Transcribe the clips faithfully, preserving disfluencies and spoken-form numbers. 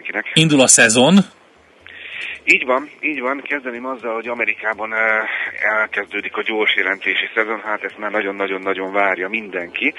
mindenkinek. Indul a szezon. Így van, így van. Kezdeném azzal, hogy Amerikában elkezdődik a gyors jelentési szezon, hát ezt már nagyon-nagyon-nagyon várja mindenki.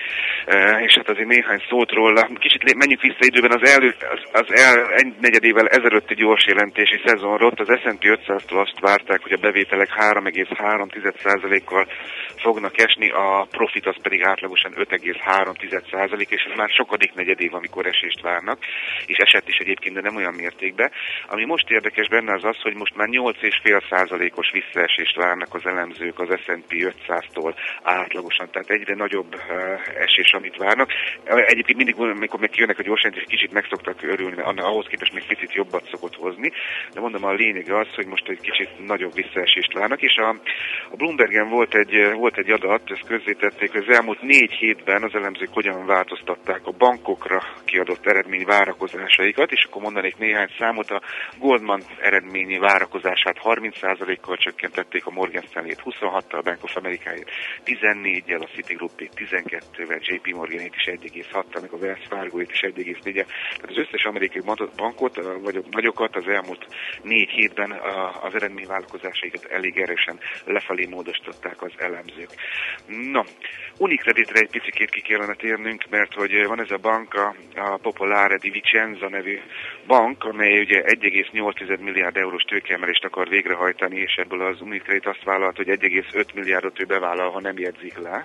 És hát azért néhány szót róla. Kicsit menjünk vissza időben az, elő, az, az el, egy negyedével ezelőtti gyors jelentési szezonra. Ott az es and pé ötszáztól azt várták, hogy a bevételek három egész három százalékkal fognak esni, a profit az pedig átlagosan öt egész három százalék, és ez már sokadik negyedév, amikor esést várnak, és esett is egyébként, de nem olyan mértékben. Ami most érdekes benne az az, hogy most már nyolc egész öt százalékos visszaesést várnak az elemzők az es and pé ötszáztól átlagosan, tehát egyre nagyobb uh, esés, amit várnak. Egyébként mindig, amikor meg kijönnek a gyors jelentés, kicsit meg szoktak örülni, ahhoz képest még picit jobbat szokott hozni, de mondom, a lényege az, hogy most egy kicsit nagyobb visszaesést várnak, és a, a Bloombergen volt egy, volt egy adat, ezt közzétették, hogy az elmúlt négy hétben az elemzők hogyan változtatták a bankokra kiadott eredmény várakozásaikat, és akkor mondanék néhány számot. A Goldman eredményi várakozását harminc százalékkal csökkentették, a Morgan Stanley-t huszonhattal, a Bank of America-ét tizennégyel, a Citigroup-ét tizenkettővel, jé pé Morgan-ét is egy egész hattal, meg a Wells Fargo-ét is egy egész négyel. Tehát az összes amerikai bankot, vagy a nagyokat az elmúlt négy hétben az eredmény várakozásaikat elég erősen lefelé módosították az elemzők. Na, Unicreditre egy picit ki kellene térnünk, mert hogy van ez a bank, a, a Popolare di Vicenza nevű bank, amely ugye egy egész nyolc milliárd eurós tőkeemelést akar végrehajtani, és ebből az Unicredit azt vállalt, hogy egy egész öt milliárdot ő bevállal, ha nem jegyzik le.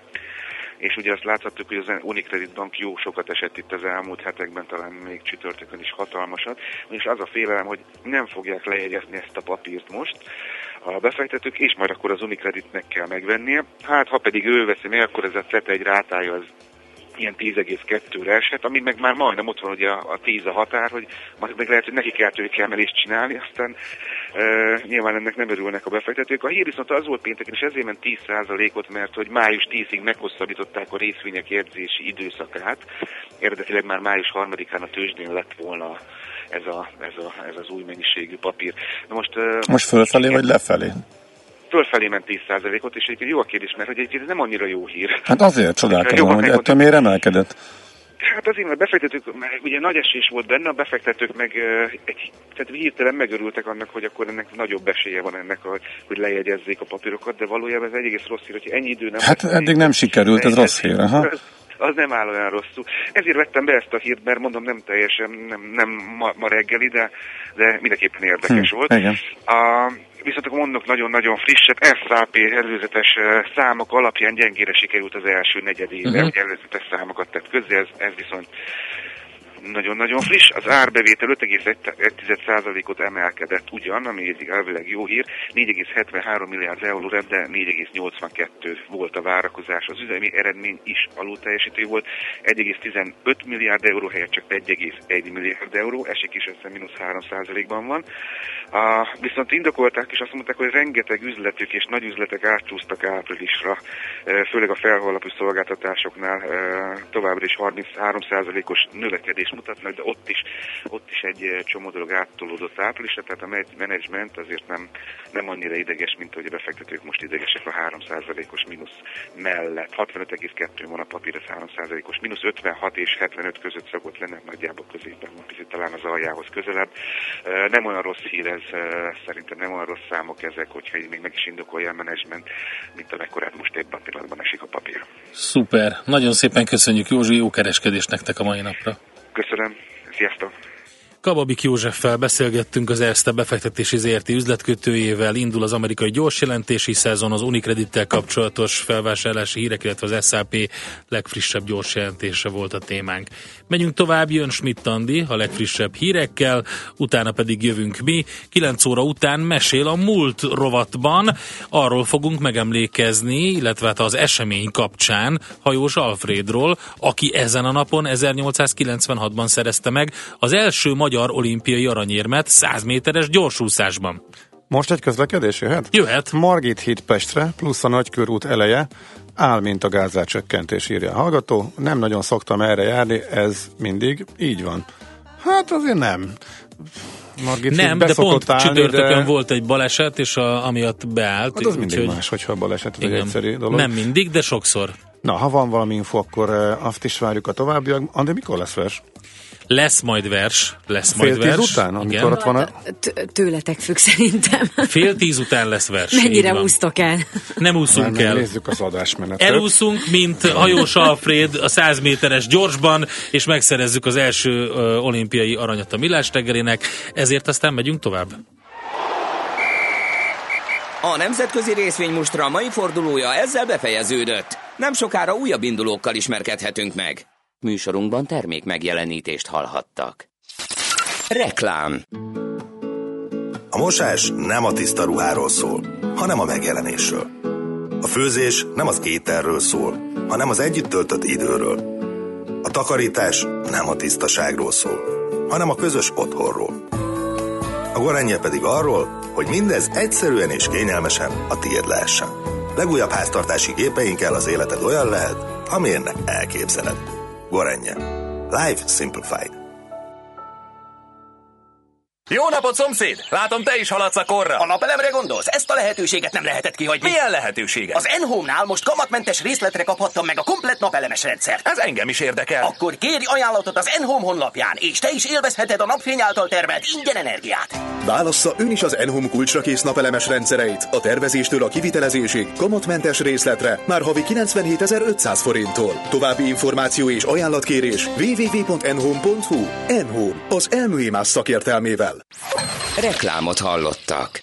És ugye azt láthattuk, hogy az Unicredit Bank jó sokat esett itt az elmúlt hetekben, talán még csütörtökön is hatalmasat, és az a félelem, hogy nem fogják lejegyezni ezt a papírt most a befektetők, és majd akkor az Unicreditnek kell megvennie. Hát, ha pedig ő veszi meg, akkor ez a cé e té egy rátája az ilyen tíz egész kettőre esett, ami meg már majdnem ott van ugye a, a tíz a határ, hogy majd meg lehet, hogy neki kell tőkeemelést csinálni, aztán e, nyilván ennek nem örülnek a befektetők. A hír viszont az volt pénteken, és ezért ment tíz százalékot, mert hogy május tízig meghosszabbították a részvények jegyzési időszakát. Eredetileg már május harmadikán a tőzsdén lett volna ez, a, ez, a, ez az új mennyiségű papír. Na most, most fölfelé vagy lefelé? Fölfelé ment tíz százalékot, és egyébként jó a kérdés, mert hogy egyébként ez nem annyira jó hír. Hát azért csodálkozom, hogy ettől miért emelkedett? Hát azért, mert a befektetők, ugye nagy esés volt benne, a befektetők meg egy, tehát hirtelen megörültek annak, hogy akkor ennek nagyobb esélye van ennek, hogy lejegyezzék a papírokat, de valójában ez egy egész rossz hír, hogy ennyi idő nem... Hát eddig nem sikerült, ez rossz hír, aha. Az nem áll olyan rosszul. Ezért vettem be ezt a hírt, mert mondom, nem teljesen, nem, nem ma, ma reggeli, de, de mindenképpen érdekes hm, volt. Igen. A, viszont akkor mondok nagyon-nagyon frissebb, es á pé előzetes számok alapján gyengére sikerült az első negyedéve, uh-huh. hogy előzetes számokat tett közzé, ez, ez viszont nagyon-nagyon friss. Az árbevétel öt egész egy százalékot emelkedett ugyan, ami elvileg jó hír, négy egész hetvenhárom milliárd euró, de négy egész nyolcvankettő volt a várakozás. Az üzemi eredmény is alulteljesítő volt, egy egész tizenöt milliárd euró helyett csak egy egész egy milliárd euró, esik is össze mínusz három százalékban van. A, viszont indokolták és azt mondták, hogy rengeteg üzletük és nagy üzletek átcsúsztak áprilisra, főleg a felhőalapú szolgáltatásoknál továbbra is harminchárom százalékos növekedés mutatnak, de ott is, ott is egy csomó dolog áttolódott áprilisra, tehát a menedzsment azért nem, nem annyira ideges, mint hogy a befektetők most idegesek a három százalékos mínusz mellett. hatvanöt egész kettő van a papír, ez három százalékos mínusz, ötvenhat és hetvenöt között szokott lenne, nagyjából középen van, picit talán az aljához közelebb. Nem olyan rossz hír ez, szerintem nem olyan rossz számok ezek, hogyha még meg is indokolja a menedzsment, mint amekkorát most ebben a pillanatban esik a papír. Szuper, nagyon szépen köszönjük, Józsi, jó kereskedést nektek a mai napra. Köszönöm, sziasztok! Kababik Józseffel beszélgettünk, az Erste befektetési zé er té üzletkötőjével. Indul az amerikai gyorsjelentési szezon, az Unicredittel kapcsolatos felvásárlási hírek, illetve az es á pé legfrissebb gyorsjelentése volt a témánk. Megyünk tovább, jön Schmidt Andi a legfrissebb hírekkel, utána pedig jövünk mi. kilenc óra után mesél a múlt rovatban. Arról fogunk megemlékezni, illetve hát az esemény kapcsán Hajós Alfrédról, aki ezen a napon ezernyolcszázkilencvenhatban szerezte meg az első magyar olimpiai aranyérmet száz méteres gyorsúszásban. Most egy közlekedés jöhet? Jöhet. Margit híd Pestre, plusz a Nagykörút eleje, áll, mint a gázárcsökkentés, írja a hallgató. Nem nagyon szoktam erre járni, ez mindig így van. Hát azért nem. Margit nem, de pont állni, csütörtökön de... volt egy baleset, és a, amiatt beállt. Hát az mindig úgy, más, hogyha a baleset, ez egy egyszerű dolog. Nem mindig, de sokszor. Na, ha van valami info, akkor uh, azt is várjuk a továbbiak. Andi, mikor lesz vers? Lesz majd vers, lesz majd Fél tíz vers. után, amikor ott van a... Tőletek függ szerintem. Fél tíz után lesz vers. Mennyire úsztok el? Nem úszunk el. Nézzük az adásmenetet. Elúszunk, mint hajós Alfred a száz méteres gyorsban, és megszerezzük az első ö, olimpiai aranyat a Millás reggelének, ezért aztán megyünk tovább. A nemzetközi részvénymustra mai fordulója ezzel befejeződött. Nem sokára újabb indulókkal ismerkedhetünk meg. Műsorunkban termék megjelenítést hallhattak. Reklám. A mosás nem a tiszta ruháról szól, hanem a megjelenésről. A főzés nem az ételről szól, hanem az együtt töltött időről. A takarítás nem a tisztaságról szól, hanem a közös otthonról. A Gorenje pedig arról, hogy mindez egyszerűen és kényelmesen a tiéd lehessen. Legújabb háztartási gépeinkkel az életed olyan lehet, amilyennek elképzeled. Gorenje. Life Simplified. Jó napot, szomszéd! Látom, te is haladsz a korra. A napelemre gondolsz? Ezt a lehetőséget nem lehetett kihagyni. Milyen lehetőséget? Az N-Home-nál most kamatmentes részletre kaphattam meg a komplett napelemes rendszert. Ez engem is érdekel. Akkor kérj ajánlatot az N-Home honlapján, és te is élvezheted a napfény által termelt ingyen energiát. Válassza ön is az N-Home kulcsra kész napelemes rendszereit. A tervezéstől a kivitelezésig kamatmentes részletre már havi kilencvenhétezer-ötszáz forinttól. További információ és ajánlatkérés double-u double-u double-u pont n home pont hu. N-Home, az elműémás szakértelmével. Reklámot hallottak.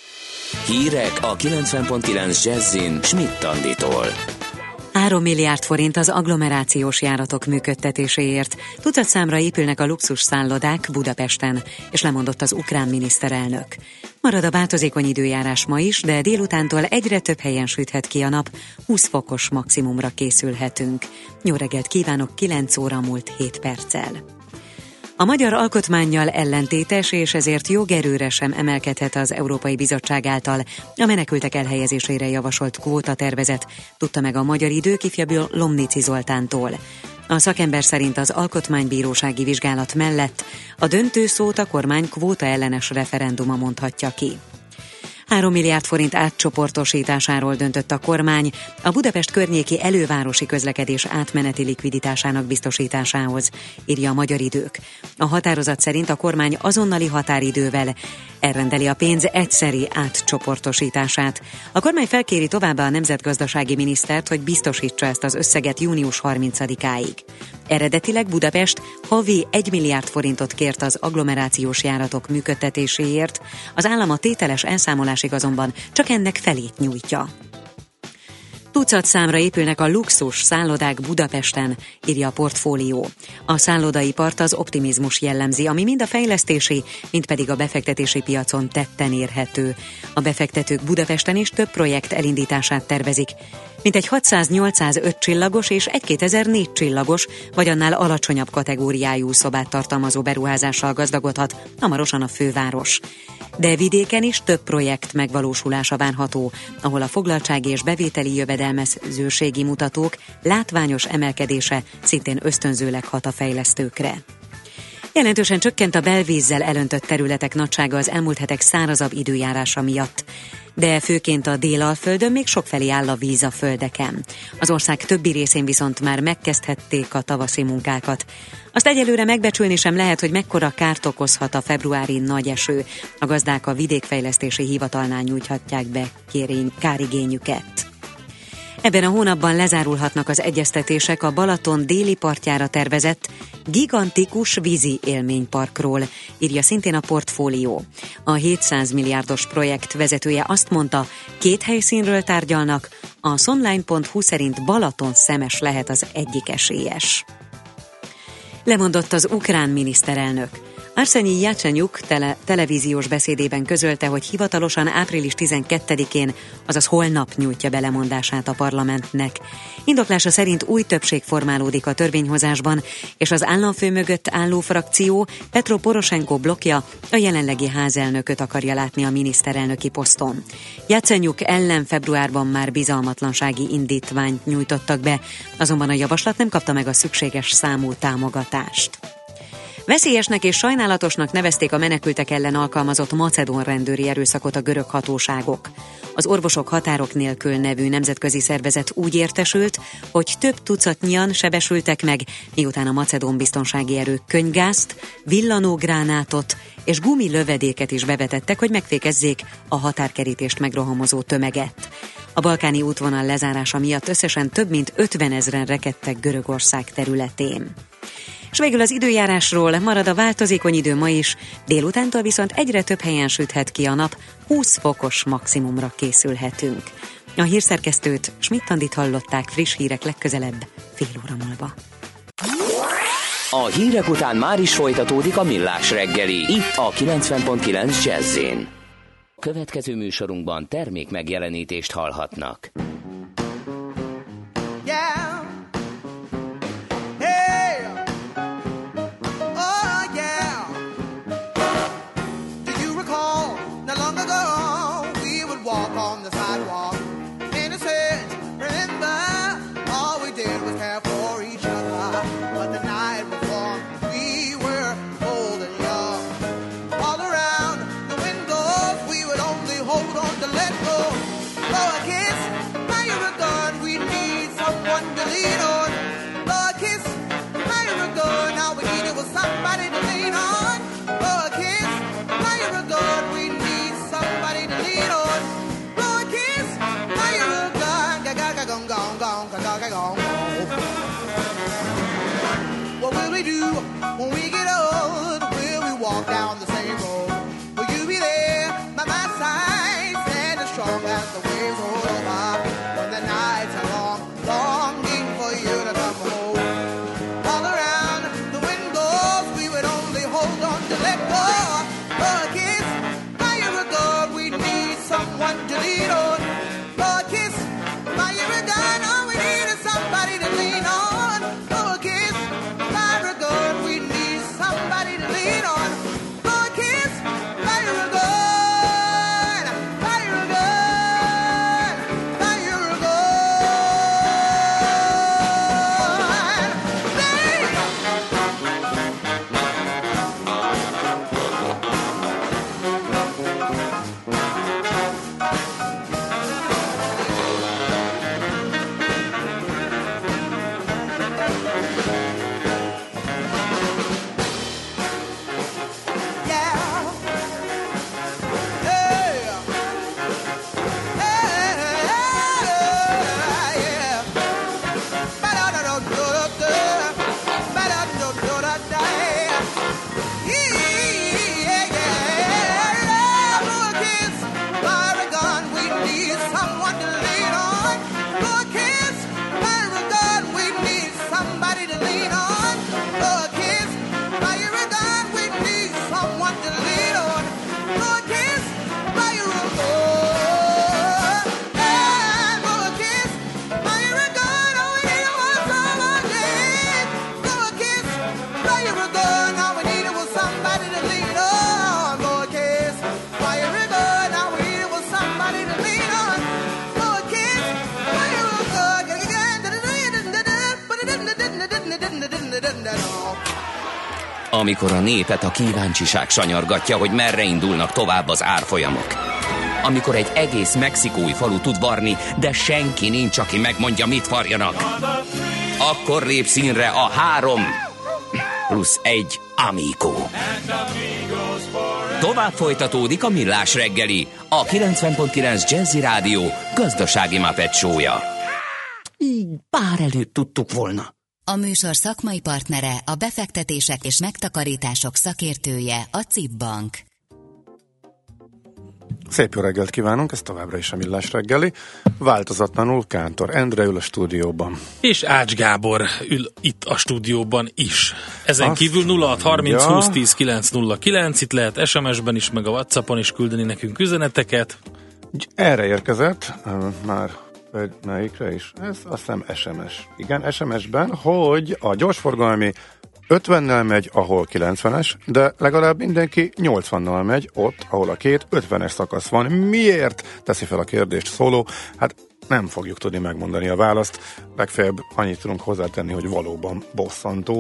Hírek a kilencven pont kilenc Jazzin Schmidt Anditól. Három milliárd forint az agglomerációs járatok működtetéséért. Tucatszámra épülnek a luxus szállodák Budapesten, és lemondott az ukrán miniszterelnök. Marad a változékony időjárás ma is, de délutántól egyre több helyen süthet ki a nap, húsz fokos maximumra készülhetünk. Jó reggelt kívánok, kilenc óra múlt hét perccel. A magyar alkotmánnyal ellentétes, és ezért jogerőre sem emelkedhet az Európai Bizottság által a menekültek elhelyezésére javasolt kvótatervezet, tudta meg a Magyar Idők ifjabb Lomnici Zoltántól. A szakember szerint az alkotmánybírósági vizsgálat mellett a döntő szót a kormány kvóta ellenes referenduma mondhatja ki. három milliárd forint átcsoportosításáról döntött a kormány a Budapest környéki elővárosi közlekedés átmeneti likviditásának biztosításához, írja a Magyar Idők. A határozat szerint a kormány azonnali határidővel elrendeli a pénz egyszeri átcsoportosítását. A kormány felkéri továbbá a nemzetgazdasági minisztert, hogy biztosítsa ezt az összeget június harmincadikáig. Eredetileg Budapest havi egy milliárd forintot kért az agglomerációs járatok működtetéséért, az állam a tételes elszámolásig azonban csak ennek felét nyújtja. Tucat számra épülnek a luxus szállodák Budapesten, írja a Portfólió. A szállodaipart az optimizmus jellemzi, ami mind a fejlesztési, mind pedig a befektetési piacon tetten érhető. A befektetők Budapesten is több projekt elindítását tervezik. Mintegy hatszáz-nyolcszázöt csillagos és egy-kétezer-négy csillagos, vagy annál alacsonyabb kategóriájú szobát tartalmazó beruházással gazdagodhat hamarosan a főváros. De vidéken is több projekt megvalósulása várható, ahol a foglaltsági és bevételi jövedelmezőségi mutatók látványos emelkedése szintén ösztönzőleg hat a fejlesztőkre. Jelentősen csökkent a belvízzel elöntött területek nagysága az elmúlt hetek szárazabb időjárása miatt, de főként a Délalföldön még sokfelé áll a víz a földeken. Az ország többi részén viszont már megkezdhették a tavaszi munkákat. Azt egyelőre megbecsülni sem lehet, hogy mekkora kárt okozhat a februári nagy eső. A gazdák a vidékfejlesztési hivatalnál nyújthatják be kérény, kárigényüket. Ebben a hónapban lezárulhatnak az egyeztetések a Balaton déli partjára tervezett gigantikus vízi élményparkról, írja szintén a Portfólió. A hétszáz milliárdos projekt vezetője azt mondta, két helyszínről tárgyalnak, a sonline pont hu szerint Balaton szemes lehet az egyik esélyes. Lemondott az ukrán miniszterelnök. Arsenij Jatsenyuk tele- televíziós beszédében közölte, hogy hivatalosan április tizenkettedikén, azaz holnap nyújtja be lemondását a parlamentnek. Indoklása szerint új többség formálódik a törvényhozásban, és az államfő mögött álló frakció, Petro Poroshenko blokkja a jelenlegi házelnököt akarja látni a miniszterelnöki poszton. Jatsenyuk ellen februárban már bizalmatlansági indítványt nyújtottak be, azonban a javaslat nem kapta meg a szükséges számú támogatást. Veszélyesnek és sajnálatosnak nevezték a menekültek ellen alkalmazott macedón rendőri erőszakot a görög hatóságok. Az Orvosok Határok Nélkül nevű nemzetközi szervezet úgy értesült, hogy több tucatnyian sebesültek meg, miután a macedón biztonsági erők könyvgázt, villanógránátot és gumilövedéket is bevetettek, hogy megfékezzék a határkerítést megrohamozó tömeget. A balkáni útvonal lezárása miatt összesen több mint ötvenezren rekedtek Görögország területén. És végül az időjárásról: marad a változékony idő ma is, délutántól viszont egyre több helyen süthet ki a nap, húsz fokos maximumra készülhetünk. A hírszerkesztőt, Schmidt-Andit hallották, friss hírek legközelebb, fél óra múlva. A hírek után már is folytatódik a Millás reggeli, itt a kilencven pont kilenc Jazz-én. Következő műsorunkban termék megjelenítést hallhatnak. Yeah. What will we do when we get old? Will we walk down the same road? Will you be there by my side, stand as strong as the waves roll over? When the nights are long, longing for you to come home. All around the windows, we would only hold on to let go. For a kiss, fire a gun, we need someone to lean on. For a kiss, fire a gun, all we need is somebody to lean on. For a kiss, fire a gun, we need somebody to lean on. For a kiss, fire a gun, fire a gun, fire a gun. Amikor a népet a kíváncsiság sanyargatja, hogy merre indulnak tovább az árfolyamok. Amikor egy egész mexikói falu tud varni, de senki nincs, aki megmondja, mit varjanak. Akkor lép színre a három plusz egy Amigo. Tovább folytatódik a Millás reggeli, a kilencven pont kilenc Jazzy Rádió gazdasági Muppet show-ja. Így bár előbb tudtuk volna. A műsor szakmai partnere, a befektetések és megtakarítások szakértője, a cé i bé Bank. Szép jó reggelt kívánunk, ez továbbra is a Millás reggeli. Változatlanul Kántor Endre ül a stúdióban. És Ács Gábor ül itt a stúdióban is. Ezen Azt kívül nulla hat harminc mondja, húsz tíz kilenc nulla kilenc, itt lehet es em es-ben is, meg a WhatsAppon is küldeni nekünk üzeneteket. Erre érkezett, már melyikre is? Ez azt hiszem es em es. Igen, es em es-ben, hogy a gyorsforgalmi ötvennel megy, ahol kilencvenes, de legalább mindenki nyolcvannal megy, ott, ahol a két ötvenes szakasz van. Miért? Teszi fel a kérdést szóló. Hát nem fogjuk tudni megmondani a választ. Legfeljebb annyit tudunk hozzátenni, hogy valóban bosszantó.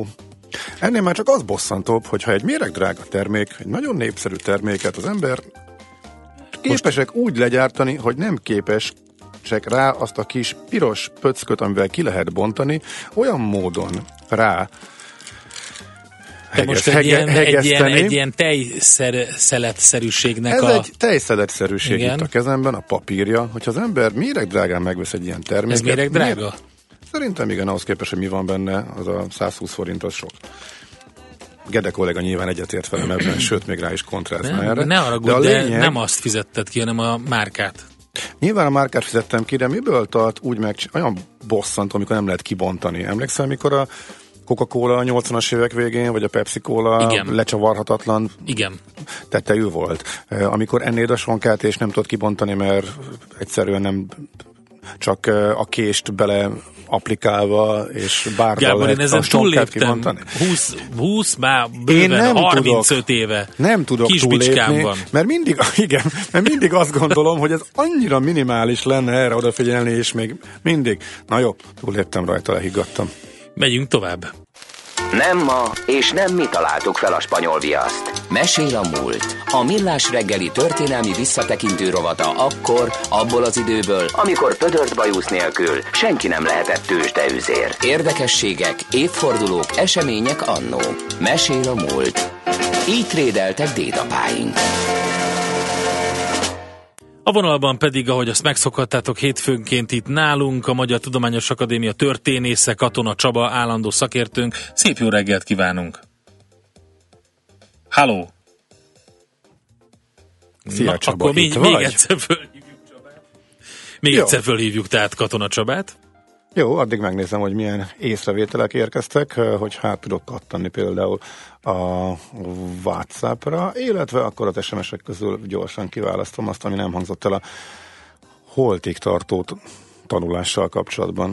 Ennél már csak az bosszantóbb, hogyha egy méregdrága termék, egy nagyon népszerű terméket az ember képesek úgy legyártani, hogy nem képes csak rá azt a kis piros pöcköt, amivel ki lehet bontani, olyan módon rá Te most egy, hege, ilyen, egy, ilyen, egy ilyen tejszeletszerűségnek Ez a... egy tejszeletszerűség itt a kezemben, a papírja, hogyha az ember méregdrágán megvesz egy ilyen terméket... Ez méregdrága? Mér... Szerintem igen, ahhoz képest, hogy mi van benne, az a százhúsz forint az sok. Gede kolléga nyilván egyetért velem ebben, sőt, még rá is kontrázna erre. Ne haragudj, de, lényeg... de nem azt fizetted ki, hanem a márkát. Nyilván a márkát fizettem ki, de miből tart úgy meg olyan bosszantó, amikor nem lehet kibontani. Emlékszel, amikor a Coca-Cola a nyolcvanas évek végén, vagy a Pepsi-Cola igen. lecsavarhatatlan igen. tetejű volt. Amikor ennéd a sonkát, és nem tudod kibontani, mert egyszerűen nem csak a kést bele applikálva, és bárhol lehet a sonkát kibontani. húsz, húsz már bőven harmincöt tudok, éve. Nem tudok kis túllépni, van. Mert mindig, igen, mert mindig azt gondolom, hogy ez annyira minimális lenne erre odafigyelni, és még mindig. Na jó, túlléptem rajta, lehiggadtam. Megyünk tovább. Nem ma, és nem mi találtuk fel a spanyol viaszt. Mesél a múlt. A Millás reggeli történelmi visszatekintő rovata akkor, abból az időből, amikor pödört bajusz nélkül senki nem lehetett tőzsdeüzér. Érdekességek, évfordulók, események annó. Mesél a múlt. Így trédeltek dédapáink. A vonalban pedig, ahogy azt megszokhattátok, hétfőnként itt nálunk a Magyar Tudományos Akadémia történésze, Katona Csaba, állandó szakértőnk. Szép jó reggelt kívánunk! Halló! Szia, Na, Csaba, akkor még, még egyszer fölhívjuk Csabát. Még jó. egyszer fölhívjuk tehát Katona Csabát. Jó, addig megnézem, hogy milyen észrevételek érkeztek, hogy hát tudok kattanni például a WhatsAppra, illetve akkor az es em es-ek közül gyorsan kiválasztom azt, ami nem hangzott el a holtig tartó tanulással kapcsolatban,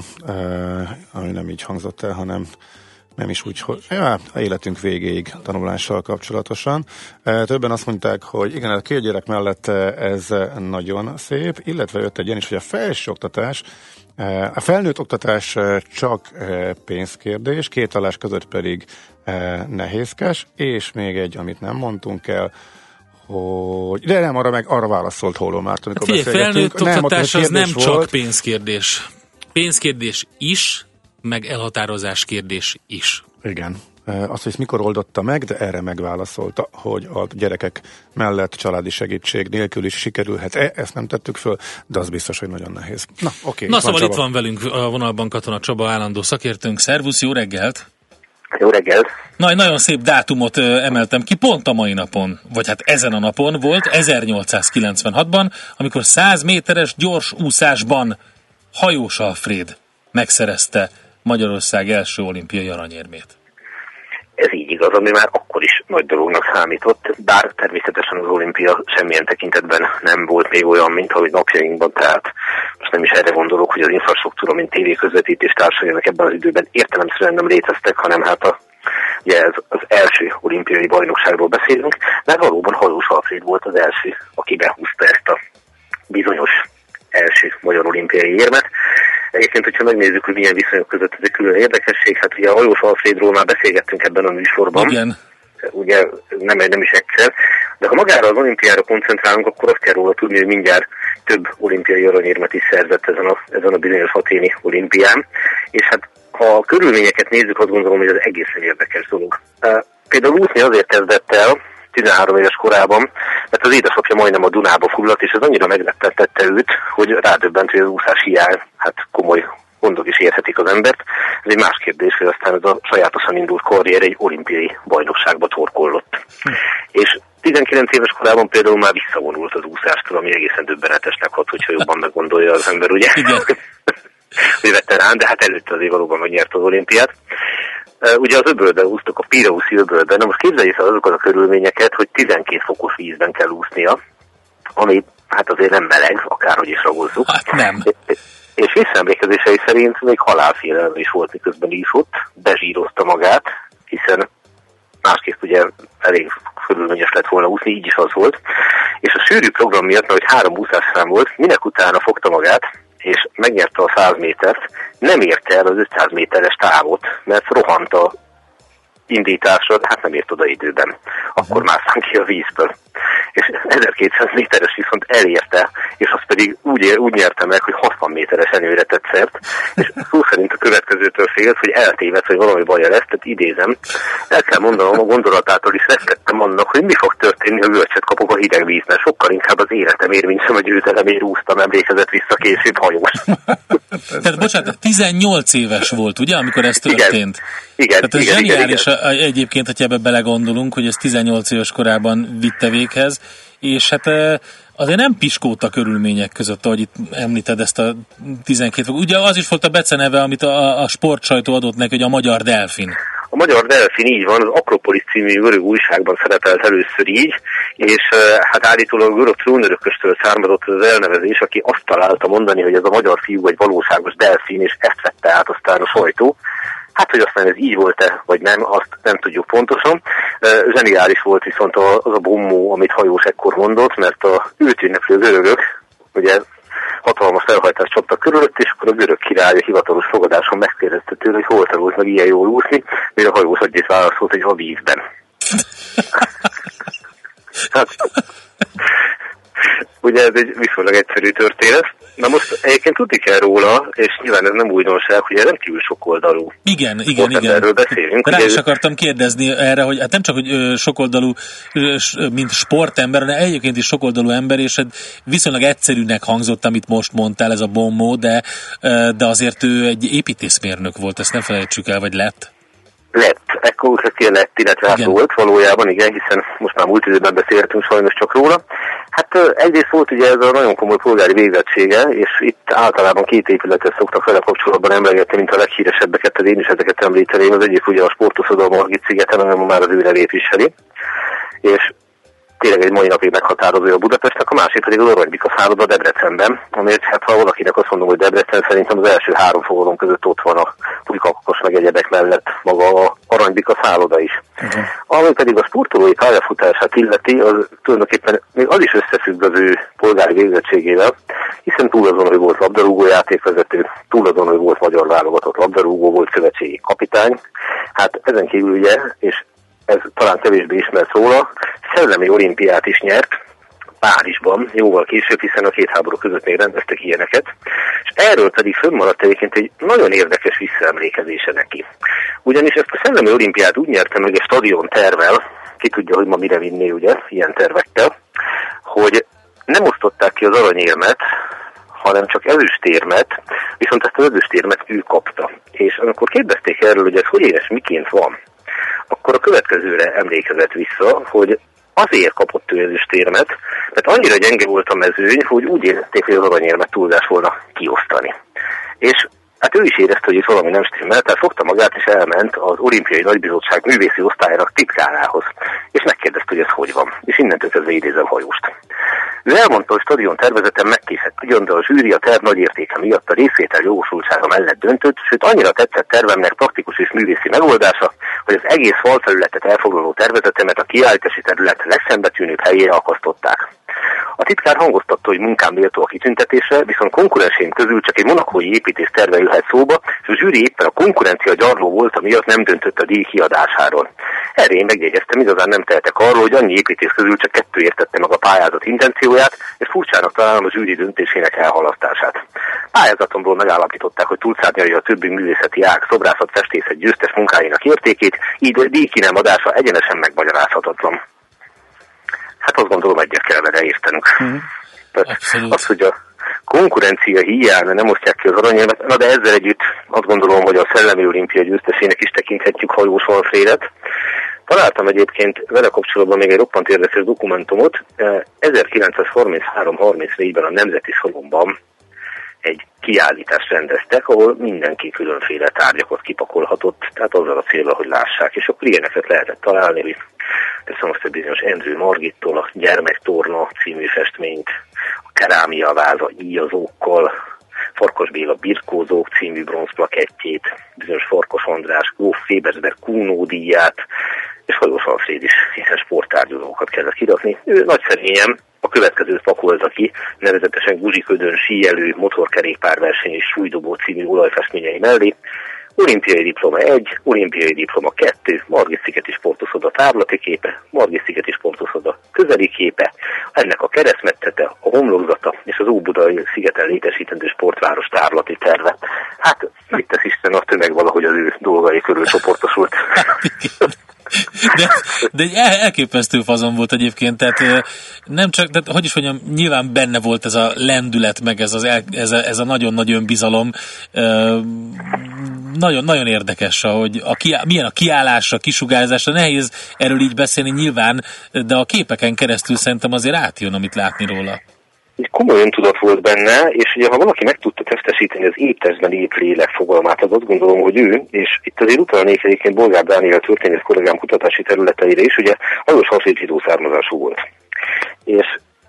ami nem így hangzott el, hanem nem is úgy, hogy ja, a életünk végéig tanulással kapcsolatosan. Többen azt mondták, hogy igen, a két gyerek mellett ez nagyon szép, illetve jött egy ilyen is, hogy a felsőoktatás, a felnőtt oktatás csak pénzkérdés, két alás között pedig nehézkes, és még egy, amit nem mondtunk el, hogy... De nem, arra meg arra válaszolt Holló Márton, amikor hát figyelj, felnőtt nem, oktatás az nem volt. Csak pénzkérdés. Pénzkérdés is, meg elhatározás kérdés is. Igen. Azt, hogy ezt mikor oldotta meg, de erre megválaszolta, hogy a gyerekek mellett családi segítség nélkül is sikerülhet-e, ezt nem tettük föl, de az biztos, hogy nagyon nehéz. Na, oké. Na szóval Csaba. Itt van velünk a vonalban Katona Csaba, állandó szakértőnk. Szervusz, jó reggelt! Jó reggelt! Na, egy nagyon szép dátumot emeltem ki, pont a mai napon, vagy hát ezen a napon volt, ezernyolcszázkilencvenhatban, amikor száz méteres gyors úszásban Hajós Alfréd megszerezte Magyarország első olimpiai aranyérmét. Ez így igaz, ami már akkor is nagy dolognak számított, bár természetesen az olimpia semmilyen tekintetben nem volt még olyan, mint ahogy napjainkban, tehát most nem is erre gondolok, hogy az infrastruktúra, mint tévéközvetítés társainak ebben az időben értelemszerűen nem léteztek, hanem hát a, ugye ez az első olimpiai bajnokságról beszélünk, mert valóban Hajós Alfréd volt az első, aki behúzta ezt a bizonyos első magyar olimpiai érmet. Egyébként, hogyha megnézzük, hogy milyen viszonyok között ez egy külön érdekesség, hát ugye a Hajós Alfrédról már beszélgettünk ebben a műsorban. Igen. Ugye nem, nem is egyszer. De ha magára az olimpiára koncentrálunk, akkor azt kell róla tudni, hogy mindjárt több olimpiai aranyérmet is szerzett ezen a, ezen a bizonyos aténi olimpián. És hát ha a körülményeket nézzük, azt gondolom, hogy ez egészen érdekes dolog. Például úszni azért kezdett el tizenhárom éves korában, mert az édesapja majdnem a Dunába fulladt, és ez annyira meglepetette őt, hogy rádöbbent, hogy az úszás hiány, hát komoly gondok is érhetik az embert. Ez egy más kérdés, hogy aztán ez a sajátosan indult karrier egy olimpiai bajnokságba torkollott. Hm. És tizenkilenc éves korában például már visszavonult az úszástól, ami egészen döbbenetesnek hat, hogyha jobban meggondolja az ember, ugye? hogy veterán, de hát előtte azért valóban megnyert az olimpiát. Ugye az öbölben úsztok, a Pireuszi öbölben, na most képzeljék el azokat a körülményeket, hogy tizenkét fokos vízben kell úsznia, ami hát azért nem meleg, akárhogy is ragozzuk. Hát nem. És visszaemlékezései szerint még halálfélelme is volt, miközben úszott, bezsírozta magát, hiszen másképp ugye elég körülményes lett volna úszni, így is az volt. És a sűrű program miatt, mert hogy három úszásszám volt, minek utána fogta magát, és megnyerte a száz métert, nem érte el az ötszáz méteres távot, mert rohant a indításra, de hát nem ért oda időben. Akkor másztam ki a vízből. És ezerkétszáz méteres viszont elérte, és azt pedig úgy, úgy nyerte meg, hogy hatvan méteresen őre tett szert, és szó szerint a következőtől félt, hogy eltévedt, hogy valami baja lesz, tehát idézem. El kell mondanom, a gondolatától is rettettem annak, hogy mi fog történni, ha görcset kapok a hideg vízben. Sokkal inkább az életemért, mint sem a győzelemért úsztam, emlékezett vissza később hajós. Tehát bocsánat, tizennyolc éves volt, ugye, amikor ez történt? Igen, Tehát ez igen, zseniális igen, igen. egyébként, hogyha ebbe belegondolunk, hogy ez tizennyolc éves korában vitte véghez, és hát azért nem piskóta körülmények között, ahogy itt említed ezt a tizenkét. Ugye az is volt a beceneve, amit a, a sportsajtó adott neki, hogy a Magyar Delfin. A Magyar Delfin így van, az Akropolis című görög újságban szerepelt először így, és hát állítólag a görög trónörököstől származott az elnevezés, aki azt találta mondani, hogy ez a magyar fiú egy valóságos delfin, és ezt vette át aztán a sajtó. Hát, hogy aztán ez így volt-e, vagy nem, azt nem tudjuk pontosan. Zseniális volt viszont az a bombó, amit hajós ekkor mondott, mert a őt ünneplő görögök, ugye hatalmas felhajtást csaptak körülött, és akkor a görög király a hivatalos fogadáson megkérdezte tőle, hogy hol tanult meg ilyen jól úszni, mire a hajós annyit válaszolt, hogy a vízben. Hát, ugye ez egy viszonylag egyszerű történet. Na most egyébként tudni kell róla, és nyilván ez nem újdonság, hogy ez rendkívül sokoldalú. Igen, igen, most igen. Erről beszélünk. Rá ugye, is akartam kérdezni erre, hogy hát nem csak, hogy ö, sokoldalú, ö, mint sportember, hanem egyébként is sokoldalú ember, és hát viszonylag egyszerűnek hangzott, amit most mondtál, ez a bombó, de, ö, de azért ő egy építészmérnök volt, ezt ne felejtsük el, vagy lett? Lett, ekkor úgy lett, illetve hát volt valójában, igen, hiszen most már múlt időben beszéltünk sajnos csak róla. Hát egyrészt volt ugye ez a nagyon komoly polgári végzettsége, és itt általában két épületet szoktak vele kapcsolatban emlegetni, mint a leghíresebbeket, tehát én is ezeket említeném. Az egyik ugye a Sportuszodó Margit szigeten, amely már az ő nevét viseli, és tényleg egy mai napig meghatározó a Budapestnek, a másik pedig az Aranybika szálloda Debrecenben, amelyet hát ha valakinek azt mondom, hogy Debrecen, szerintem az első három fogadón között ott van a Pulikakos meg egyebek mellett maga a Aranybika szálloda is. Uh-huh. Ami pedig a sportolói pályafutását illeti, az tulajdonképpen még az is összefügg az ő polgári végzettségével, hiszen túl azon, hogy volt labdarúgó játékvezető, túl azon, hogy volt magyar válogatott labdarúgó, volt szövetségi kapitány, hát ezen kívül ugye, és ez talán kevésbé ismert róla, szellemi olimpiát is nyert Párizsban, jóval később, hiszen a két háború között még rendeztek ilyeneket, és erről pedig fönnmaradt egyébként egy nagyon érdekes visszaemlékezése neki. Ugyanis ezt a szellemi olimpiát úgy nyerte meg egy stadion tervvel, ki tudja, hogy ma mire vinné, ugye, ilyen tervekkel, hogy nem osztották ki az aranyérmet, hanem csak ezüstérmet, viszont ezt az ezüstérmet ő kapta. És amikor kérdezték erről, hogy ez hogy éves, miként van, akkor a következőre emlékezett vissza, hogy azért kapott ő ezüstérmet, mert annyira gyenge volt a mezőny, hogy úgy érezték, hogy az aranyérmet túlzás volna kiosztani. És hát ő is érezte, hogy itt valami nem stimmel, tehát fogta magát és elment az Olimpiai Nagybizottság művészi osztályának titkárához, és megkérdezte, hogy ez hogy van. És innentől kezdve idézem Hajóst. Ő elmondta, hogy stadion tervezeten megkészített ugyan, de a zsűri a terv nagy értéke miatt a részvétel jogosultsága mellett döntött, sőt annyira tetszett tervemnek praktikus és művészi megoldása, hogy az egész falfelületet elfoglaló tervezetemet a kiállítási terület legszembetűnőbb helyére akasztották. A titkár hangoztatta, hogy munkám méltó a kitüntetésre, viszont konkurenseim közül csak egy monakói építész terve jöhet szóba, és a zsűri éppen a konkurencia gyarló volt, miatt nem döntött a díj kiadásáról. Erre én megjegyeztem, igazán nem tehetek arról, hogy annyi építész közül csak kettő értette meg a pályázat intencióját, és furcsának találom a zsűri döntésének elhalasztását. Pályázatomból megállapították, hogy túlszárnyalja a többi művészeti ág, szobrászat, festészet győztes munkáinak értékét, így a díj ki nem adása egyenesen megmagyarázhatatlan. Hát azt gondolom, egyet kell vele értenünk. Mm. Az, hogy a konkurencia hiány nem osztják ki az aranyérmet, na de ezzel együtt azt gondolom, hogy a szellemi olimpia győztesének is tekinthetjük Hajós Alfrédet. Találtam egyébként vele kapcsolatban még egy roppant érdekes dokumentumot. ezerkilencszázharminchárom harmincnégyben a Nemzeti Szalonban egy kiállítást rendeztek, ahol mindenki különféle tárgyakat kipakolhatott, tehát azzal a célra, hogy lássák, és akkor ilyeneket lehetett találni, hogy teszem azt a bizonyos Andrew Margittól a Gyermektorna című festményt, a Kerámia váza íjazókkal, Farkas Béla Birkózók című bronzplakettjét, bizonyos Farkas András Gróf Fébersberg Kuhnó díját, és Hajós Alfréd is, hiszen sporttárgyalókat kellett kirakni. Ő nagy szerényen a következőt pakolta ki, nevezetesen Guzsiködön síelő, motorkerékpárverseny és súlydobó című olajfestményei mellé. Olimpiai diploma egy, olimpiai diploma kettő, kettő, Margit-szigeti sportuszoda távlati képe, Margit-szigeti sportuszoda közeli képe, ennek a keresztmetszete, a homlokzata és az Óbudai szigeten létesítendő sportváros távlati terve. Hát mit tesz Isten, a tömeg valahogy az ő dolgai körül csoportosult. De, de egy el, elképesztő fazon volt egyébként, tehát nem csak, tehát, hogy is mondjam, nyilván benne volt ez a lendület, meg ez, az el, ez, a, ez a nagyon nagy önbizalom. Nagyon, nagyon érdekes, hogy a kiá, milyen a kiállásra, kisugárzásra, nehéz erről így beszélni nyilván, de a képeken keresztül szerintem azért átjön, amit látni róla. Egy komoly öntudat volt benne, és ugye ha valaki meg tudta testesíteni az éptestben épp lélek fogalmát, az azt gondolom, hogy ő, és itt azért utalnék egyébként Bolgár Dániel történész kollégám kutatási területeire is, ugye hajós hasonlít zsidó származású volt. És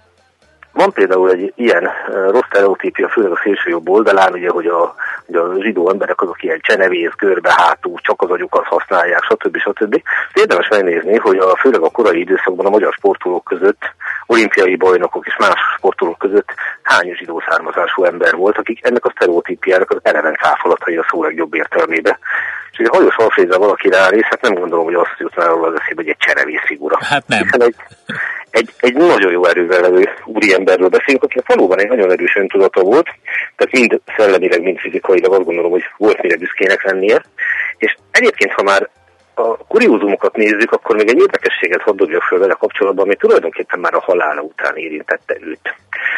van például egy ilyen uh, rossz sztereotípia, főleg a szélső jobb oldalán, ugye, hogy a, hogy a zsidó emberek azok ilyen csenevész, görbe hátú, csak az agyukat használják, stb. stb. Érdemes megnézni, hogy a, főleg a korai időszakban a magyar sportolók között, olimpiai bajnokok és más sportolók között hány zsidó származású ember volt, akik ennek a sztereotípiának az eleven cáfolatai a szó legjobb értelmébe. És hogy a hajós Alfréddel valaki ránéz, hát nem gondolom, hogy azt jutná róla az eszébe, hogy egy csenevész figura. Hát nem. Hiszen egy, egy, egy nagyon jó erővel levő úriemberről beszélünk, akinek valóban egy nagyon erős öntudata volt, tehát mind szellemileg, mind fizikailag azt gondolom, hogy volt mire büszkének lennie. És egyébként, ha már a kuriózumokat nézzük, akkor még egy érdekességet hadd dobjak föl vele kapcsolatban, ami tulajdonképpen már a halála után érintette őt.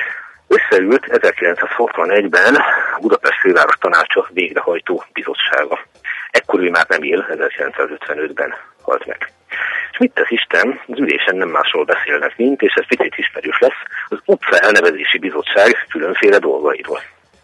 Összeült ezerkilencszázhatvanegyben a Budapest Főváros Tanácsa végrehajtó bizottsága. Ekkor ő már nem él, ezerkilencszázötvenötben halt meg. És mit tesz Isten? Az ülésen nem másról beszélnek, mint, és ez picit ismerős lesz, az utca elnevezési bizottság különféle dolgairól.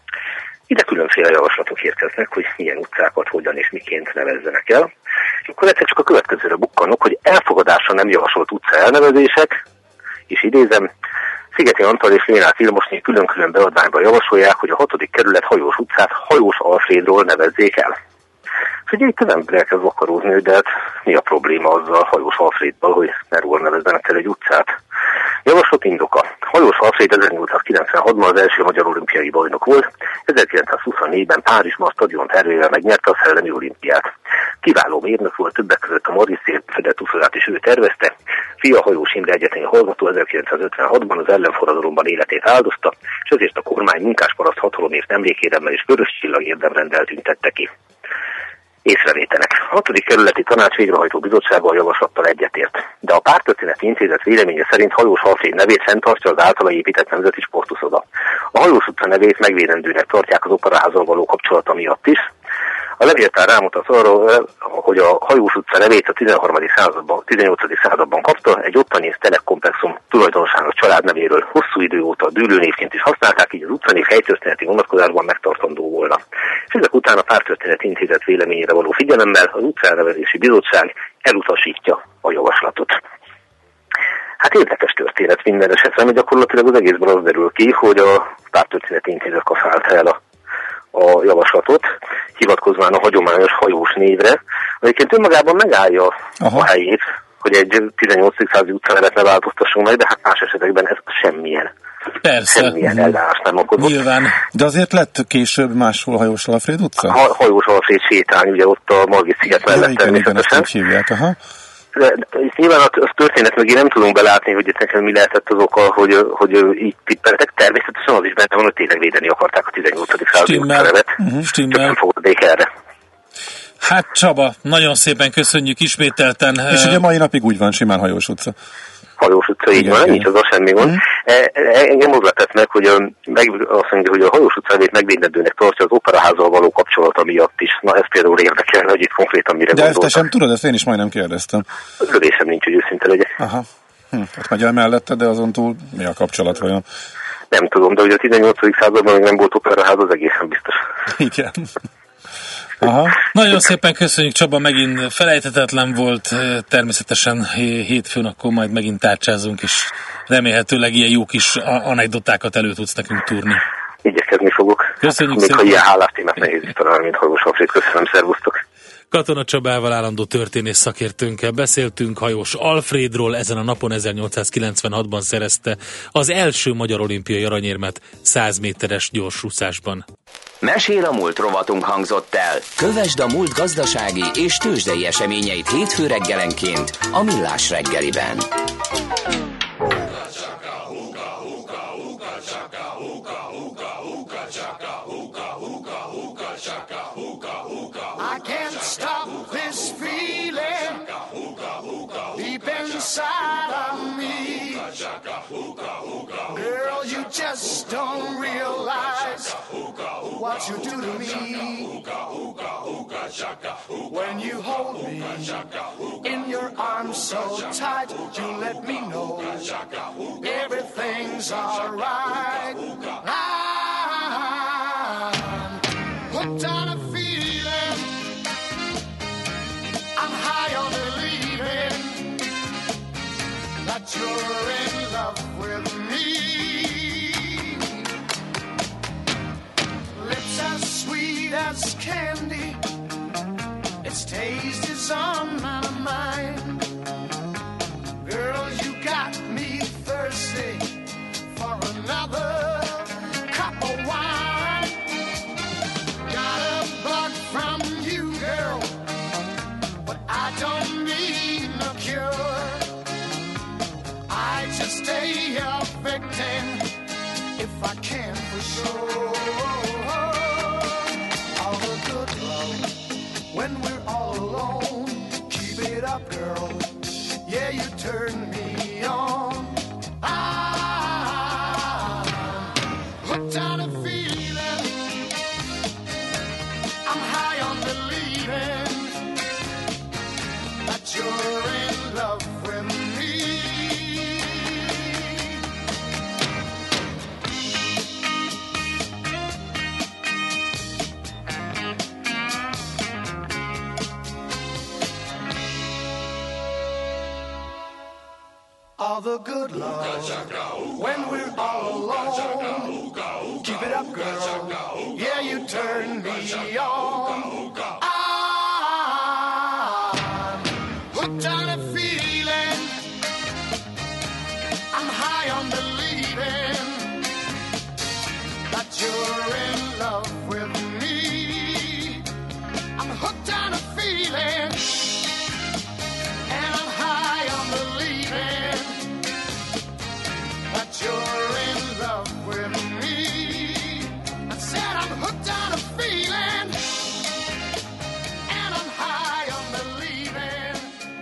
Ide különféle javaslatok érkeznek, hogy milyen utcákat hogyan és miként nevezzenek el. És akkor egyszer csak a következőre bukkanok, hogy elfogadásra nem javasolt utca elnevezések, és idézem, Szigeti Antal és Lénát Vilmosné külön-külön beadványban javasolják, hogy a hatodik kerület Hajós utcát Hajós Alfrédról nevezzék el. És ugye itt az ember elkezd vakarózni, hogy de hát mi a probléma azzal Hajós Alfréddal, hogy erről nevezzenek el egy utcát. Javaslat indoka. Hajós Alfréd ezernyolcszázkilencvenhatban az első magyar olimpiai bajnok volt, ezerkilencszázhuszonnégyben Párizsban a stadion tervével megnyerte a szellemi olimpiát. Kiváló mérnök volt, többek között a Margit Fedett úszodát is ő tervezte. Fia Hajós Imre egyetemi hallgató ezerkilencszázötvenhatban az ellenforradalomban életét áldozta, és ezért a kormány munkásparaszt hatalomért emlékérdemmel és vörös csillag érdemrenddel tüntette ki. Észrevételek. A hatodik kerületi tanács végrehajtó bizottsága a javaslattal egyetért, de a Párttörténeti Intézet véleménye szerint Hajós Alfréd nevét fenntartja az általa épített nemzeti sportuszoda. A Hajós utca nevét megvédendőnek tartják az operaházzal való kapcsolata miatt is. A levéltár rámutat arra, hogy a Hajós utca nevét a tizenharmadik században, tizennyolcadik században kapta, egy ottani telekomplexum tulajdonosának családnevéről hosszú idő óta dűlőnévként is használták, így az utcanév helytörténeti vonatkozásban megtartandó volna. És ezek után a Párttörténeti Intézet véleményére való figyelemmel az utcaelnevezési bizottság elutasítja a javaslatot. Hát érdekes történet minden esetre, mert gyakorlatilag az egészben az derül ki, hogy a Párttörténeti Intézet kafálta el a a javaslatot, hivatkozván a hagyományos hajós névre, egyébként önmagában megállja Aha. a helyét, hogy egy tizennyolcadik századi utcanevet ne változtassunk meg, de hát más esetekben ez semmilyen. Persze. Semmilyen ellenállás nem okozott. Nyilván. De azért lett később máshol Hajós Alfréd utca? Ha, hajós Alfréd sétány, ugye ott a Margit-sziget mellett ja, természetesen. Igen, igen, aha. De, de, nyilván a, a történet mögé nem tudunk belátni, hogy itt nekem mi lehetett az oka, hogy, hogy így tippeltek. Természetesen az is benne van, hogy tényleg védeni akarták a tizennyolcadik századi utcanevet. Uh-huh, csak nem fogadnék erre. Hát Csaba, nagyon szépen köszönjük ismételten. És ugye mai napig úgy van, simán Hajós utca. Hajós utca, így van, nincs az semmi gond. Mm. Engem az lepett meg, hogy a, meg, azt mondja, hogy a Hajós utca nevét megvédendőnek tartja az operaházzal való kapcsolata miatt is. Na ez például érdekelne, hogy itt konkrétan mire gondoltam. De ezt te sem tudod, ezt én is majdnem kérdeztem. Lövésem nincs, hogy őszinte legyek. Aha. Hm, hát megy el mellette, de azon túl mi a kapcsolat vajon? Nem tudom, de ugye a tizennyolcadik században még nem volt operaház, az egészen biztos. Igen. Aha. Nagyon szépen köszönjük, Csaba, megint felejthetetlen volt, természetesen hétfőn akkor majd megint tárcsázunk, és remélhetőleg ilyen jó kis anekdotákat elő tudsz nekünk túrni. Igyekezni fogok. Köszönjük hát, szépen. Még ha ilyen hálás témát nehéz is találni, mint Hajós Alfréd. Köszönöm, szervusztok. Katona Csabával, állandó történész szakértőnkkel beszéltünk. Hajós Alfredról, ezen a napon ezernyolcszázkilencvenhatban szerezte az első magyar olimpiai aranyérmet száz méteres gyorsúszásban. Mesél a múlt rovatunk hangzott el. Kövesd a múlt gazdasági és tőzsdei eseményeit hétfő reggelenként a Millás reggeliben. I can't stop this feeling deep inside of me. Girl, you just don't realize what you do to me. When you hold me in your arms so tight, you let me know everything's alright. I'm hooked on a feeling, I'm high on believing that you're in love with me. Lips as sweet as candy, its taste is on my mind. Girl, you got me thirsty for another cup of wine. Got a bug from you, girl, but I don't need no cure. I just stay a victim if I can for sure. All the good love when we're all alone. Keep it up, girl. Yeah, you turn me on. I'm hooked on a feeling, I'm high on believing that you're in love with me. All the good love when we're all alone. Keep it up, girl. Yeah, you turn me on. I'm hooked on a feeling, I'm high on believing that you're in love with me. I'm hooked on a feeling, and I'm high on believing that you're in love with me. I said I'm hooked on a feeling, and I'm high on believing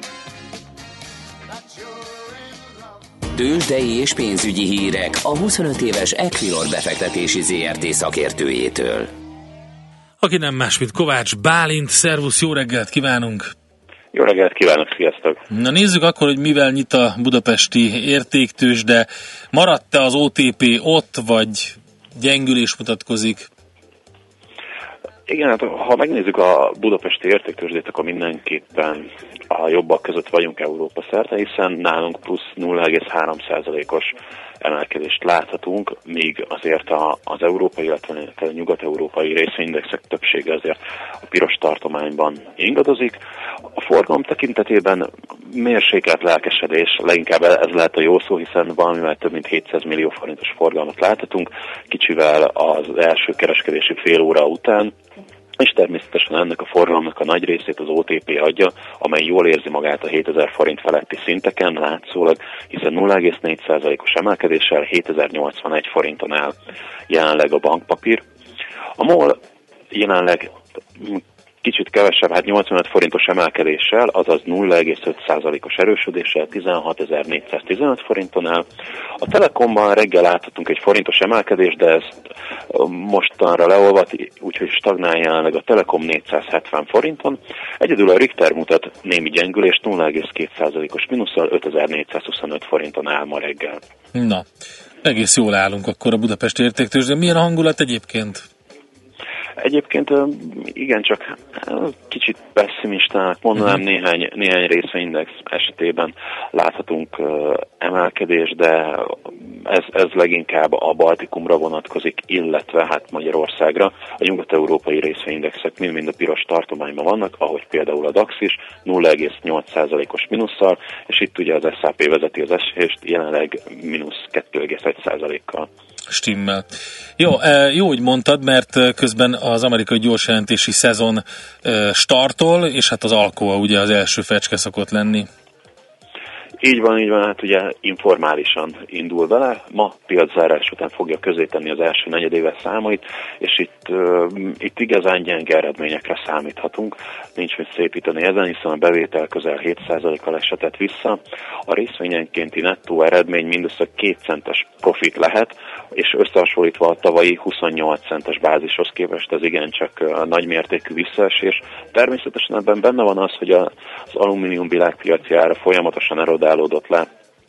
that you're in love. Tőzsdei és pénzügyi hírek a huszonöt éves Equilor befektetési zé er té szakértőjétől. Aki nem más, mint Kovács Bálint. Szervusz, jó reggelt kívánunk! Jó reggelt kívánok, sziasztok! Na nézzük akkor, hogy mivel nyit a budapesti értéktőzsde. Maradt-e az o té pé ott, vagy gyengülés mutatkozik? Igen, hát ha megnézzük a budapesti értéktőzsdét, akkor mindenképpen a jobbak között vagyunk Európa szerte, hiszen nálunk plusz nulla egész három százalékos emelkedést láthatunk, míg azért a, az európai, illetve a nyugat-európai részvényindexek többsége azért a piros tartományban ingadozik. A forgalom tekintetében mérsékelt lelkesedés, leginkább ez lehet a jó szó, hiszen valamivel több mint hétszáz millió forintos forgalmat láthatunk, kicsivel az első kereskedési fél óra után, és természetesen ennek a forgalomnak a nagy részét az o té pé adja, amely jól érzi magát a hétezer forint feletti szinteken látszólag, hiszen nulla egész négy százalékos emelkedéssel hétezer-nyolcvanegy forinton áll jelenleg a bankpapír. A MOL jelenleg kicsit kevesebb, hát nyolcvanöt forintos emelkedéssel, azaz nulla egész öt százalékos erősödéssel tizenhatezer-négyszáztizenöt forinton áll. A Telekomban reggel láthatunk egy forintos emelkedést, de ezt mostanra leolvat, úgyhogy stagnál jelenleg a Telekom négyszázhetven forinton. Egyedül a Richter mutat némi gyengülést, nulla egész két százalékos mínusszal ötezer-négyszázhuszonöt forinton áll ma reggel. Na, egész jól állunk akkor a budapesti értéktőzsdén. Milyen a hangulat egyébként? Egyébként igencsak kicsit pessimistának mondanám, uh-huh. néhány, néhány részvényindex esetében láthatunk emelkedés, de ez, ez leginkább a Baltikumra vonatkozik, illetve hát Magyarországra. A nyugat-európai részvényindexek mind-mind a piros tartományban vannak, ahogy például a DAX is, nulla egész nyolc százalékos mínusszal, és itt ugye az es zé pé vezeti az esést, jelenleg mínusz kettő egész egy százalékkal. Stimmel. Jó, jó, hogy mondtad, mert közben az amerikai gyorsjelentési szezon startol, és hát az Alcoa ugye az első fecske szokott lenni. Így van, így van, hát ugye informálisan indul vele, ma piaczárás után fogja közzétenni az első negyedéves számait, és itt, uh, itt igazán gyenge eredményekre számíthatunk, nincs mit szépíteni ezen, hiszen a bevétel közel hét százalékkal esetett vissza, a részvényenkénti nettó eredmény mindössze két centes profit lehet, és összehasonlítva a tavalyi huszonnyolc centes bázishoz képest ez igencsak uh, nagymértékű visszaesés. Természetesen ebben benne van az, hogy a, az alumínium világpiaci ára folyamatosan erodálódott le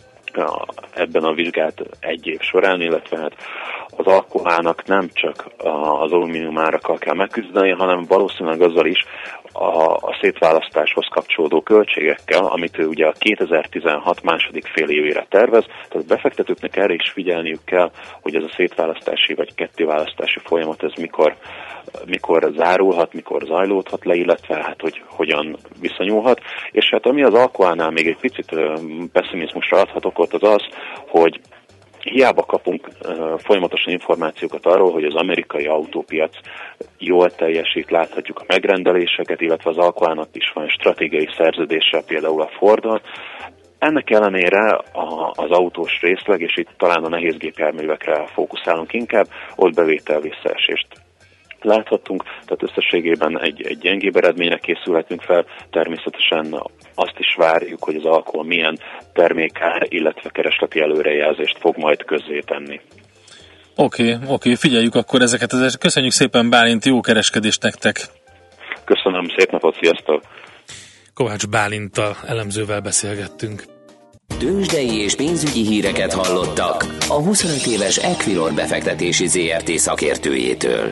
ebben a vizsgált egy év során, illetve hát az Alcoának nem csak az alumínium árakkal kell megküzdeni, hanem valószínűleg azzal is a, a szétválasztáshoz kapcsolódó költségekkel, amit ő ugye a kétezer-tizenhat második fél évére tervez, tehát befektetőknek erre is figyelniük kell, hogy ez a szétválasztási vagy kettéválasztási folyamat ez mikor, mikor zárulhat, mikor zajlódhat le, illetve hát hogy hogyan viszonyulhat. És hát ami az Alcoánál még egy picit pessimizmusra adhat okot, az az, hogy hiába kapunk uh, folyamatosan információkat arról, hogy az amerikai autópiac jól teljesít, láthatjuk a megrendeléseket, illetve az Alcoának is van stratégiai szerződése, például a Forddal. Ennek ellenére a, az autós részleg, és itt talán a nehézgépjárművekre fókuszálunk inkább, ott bevétel visszaesést láthattunk, tehát összességében egy, egy gyengébb eredményre készülhetünk fel, természetesen azt is várjuk, hogy az Alcoa milyen termékár, illetve keresleti előrejelzést fog majd közzétenni. Oké, okay, oké, okay, figyeljük akkor ezeket. Az Köszönjük szépen, Bálint, jó kereskedést nektek! Köszönöm, szép napot, sziasztok! Kovács Bálinttal, elemzővel beszélgettünk. Tőzsdei és pénzügyi híreket hallottak a huszonöt éves Equilor befektetési zé er té szakértőjétől.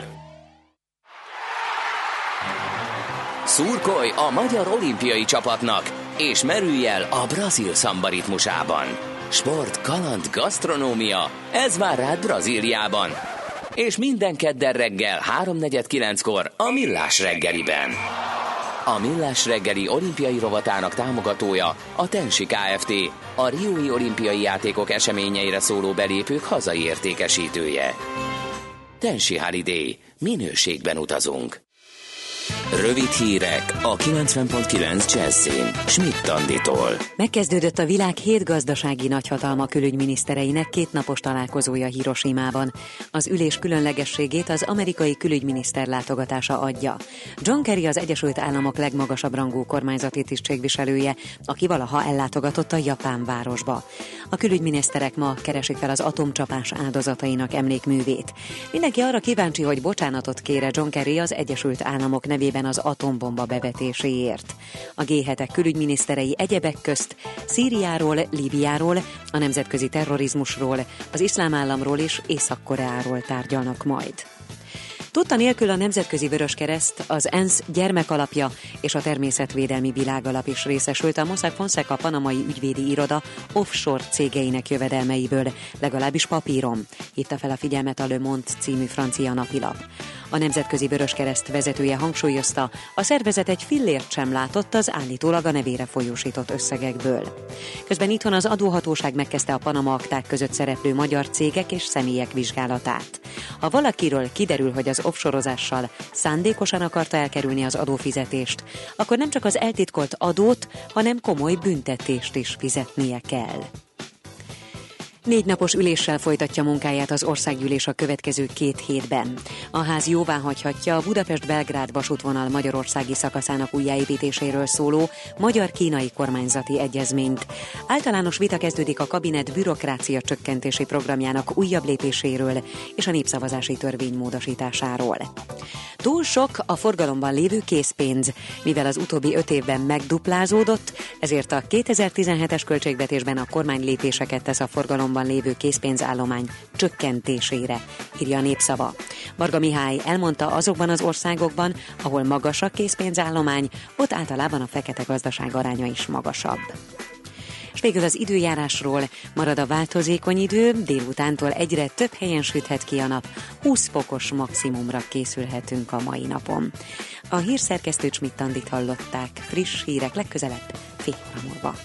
Szurkolj a magyar olimpiai csapatnak, és merülj el a brazil szamba ritmusában. Sport, kaland, gasztronómia, ez vár rád Brazíliában. És minden kedden reggel háromnegyed kilenckor a Millás reggeliben. A Millás reggeli olimpiai rovatának támogatója a Tensi Kft., a Riói olimpiai játékok eseményeire szóló belépők hazai értékesítője. Tensi Holiday. Minőségben utazunk. Rövid hírek a kilencven pont kilenc Jazzin Schmidt Anditól. Megkezdődött a világ hét gazdasági nagyhatalma külügyminisztereinek kétnapos találkozója Hiroshimában. Az ülés különlegességét az amerikai külügyminiszter látogatása adja. John Kerry az Egyesült Államok legmagasabb rangú kormányzati tisztségviselője, aki valaha ellátogatott a japán városba. A külügyminiszterek ma keresik fel az atomcsapás áldozatainak emlékművét. Mindenki arra kíváncsi, hogy bocsánatot kére John Kerry az Egyesült Államok nevében az atombomba bevetéséért. A gé hetek külügyminiszterei egyebek közt Szíriáról, Líbiáról, a nemzetközi terrorizmusról, az iszlám államról és Észak-Koreáról tárgyalnak majd. Tudta nélkül a Nemzetközi Vöröskereszt, az ENSZ gyermekalapja és a Természetvédelmi Világalap is részesült a Mossack Fonseca panamai ügyvédi iroda offshore cégeinek jövedelmeiből, legalábbis papíron, hitta fel a figyelmet a Le Monde című francia napilap. A Nemzetközi Vöröskereszt vezetője hangsúlyozta, a szervezet egy fillért sem látott az állítólag a nevére folyósított összegekből. Közben itthon az adóhatóság megkezdte a Panama akták között szereplő magyar cégek és személyek vizsgálatát. Ha valakiről kiderül, hogy az offshorozással szándékosan akarta elkerülni az adófizetést, akkor nem csak az eltitkolt adót, hanem komoly büntetést is fizetnie kell. Négy napos üléssel folytatja munkáját az országgyűlés a következő két hétben. A ház jóváhagyhatja a Budapest-Belgrád vasútvonal magyarországi szakaszának újjáépítéséről szóló magyar-kínai kormányzati egyezményt. Általános vita kezdődik a kabinet bürokrácia csökkentési programjának újabb lépéséről és a népszavazási törvény módosításáról. Túl sok a forgalomban lévő készpénz, mivel az utóbbi öt évben megduplázódott, ezért a kétezer-tizenhetes költségvetésben a kormány lépéseket tesz a forgalomban lévő készpénzállomány csökkentésére, írja a Népszava. Varga Mihály elmondta, azokban az országokban, ahol magas a készpénzállomány, ott általában a fekete gazdaság aránya is magasabb. És végül az időjárásról: marad a változékony idő, délutántól egyre több helyen süthet ki a nap, húsz fokos maximumra készülhetünk a mai napon. A hírszerkesztő Schmidt-Andit hallották, friss hírek legközelebb fél óra múlva.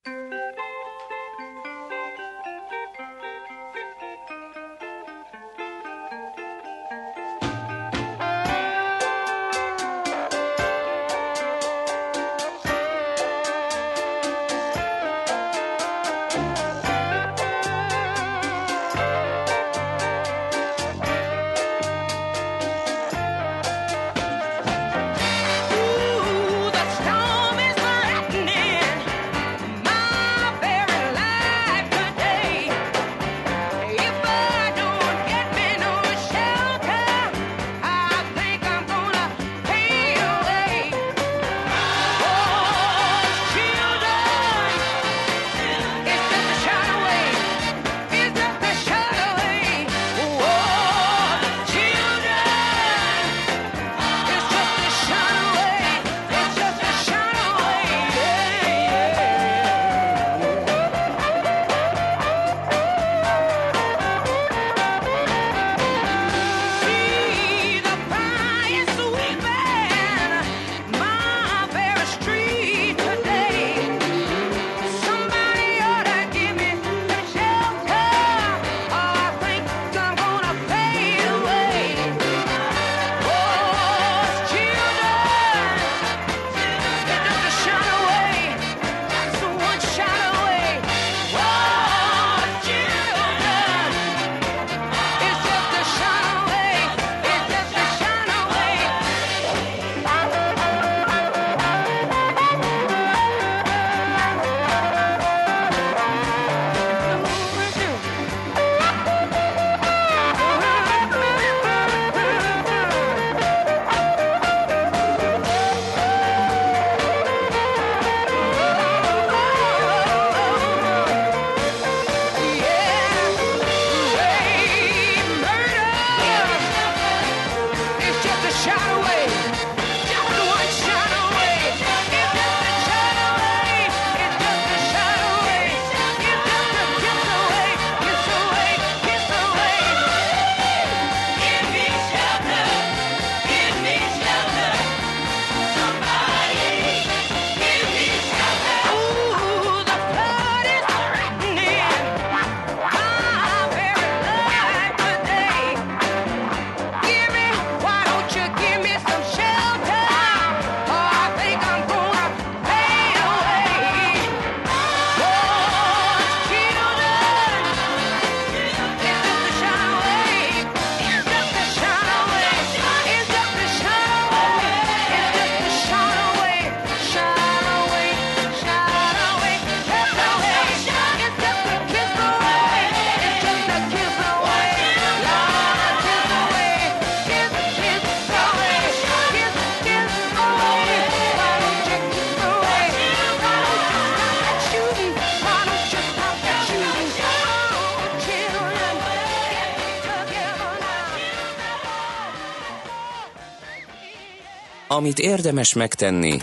Amit érdemes megtenni,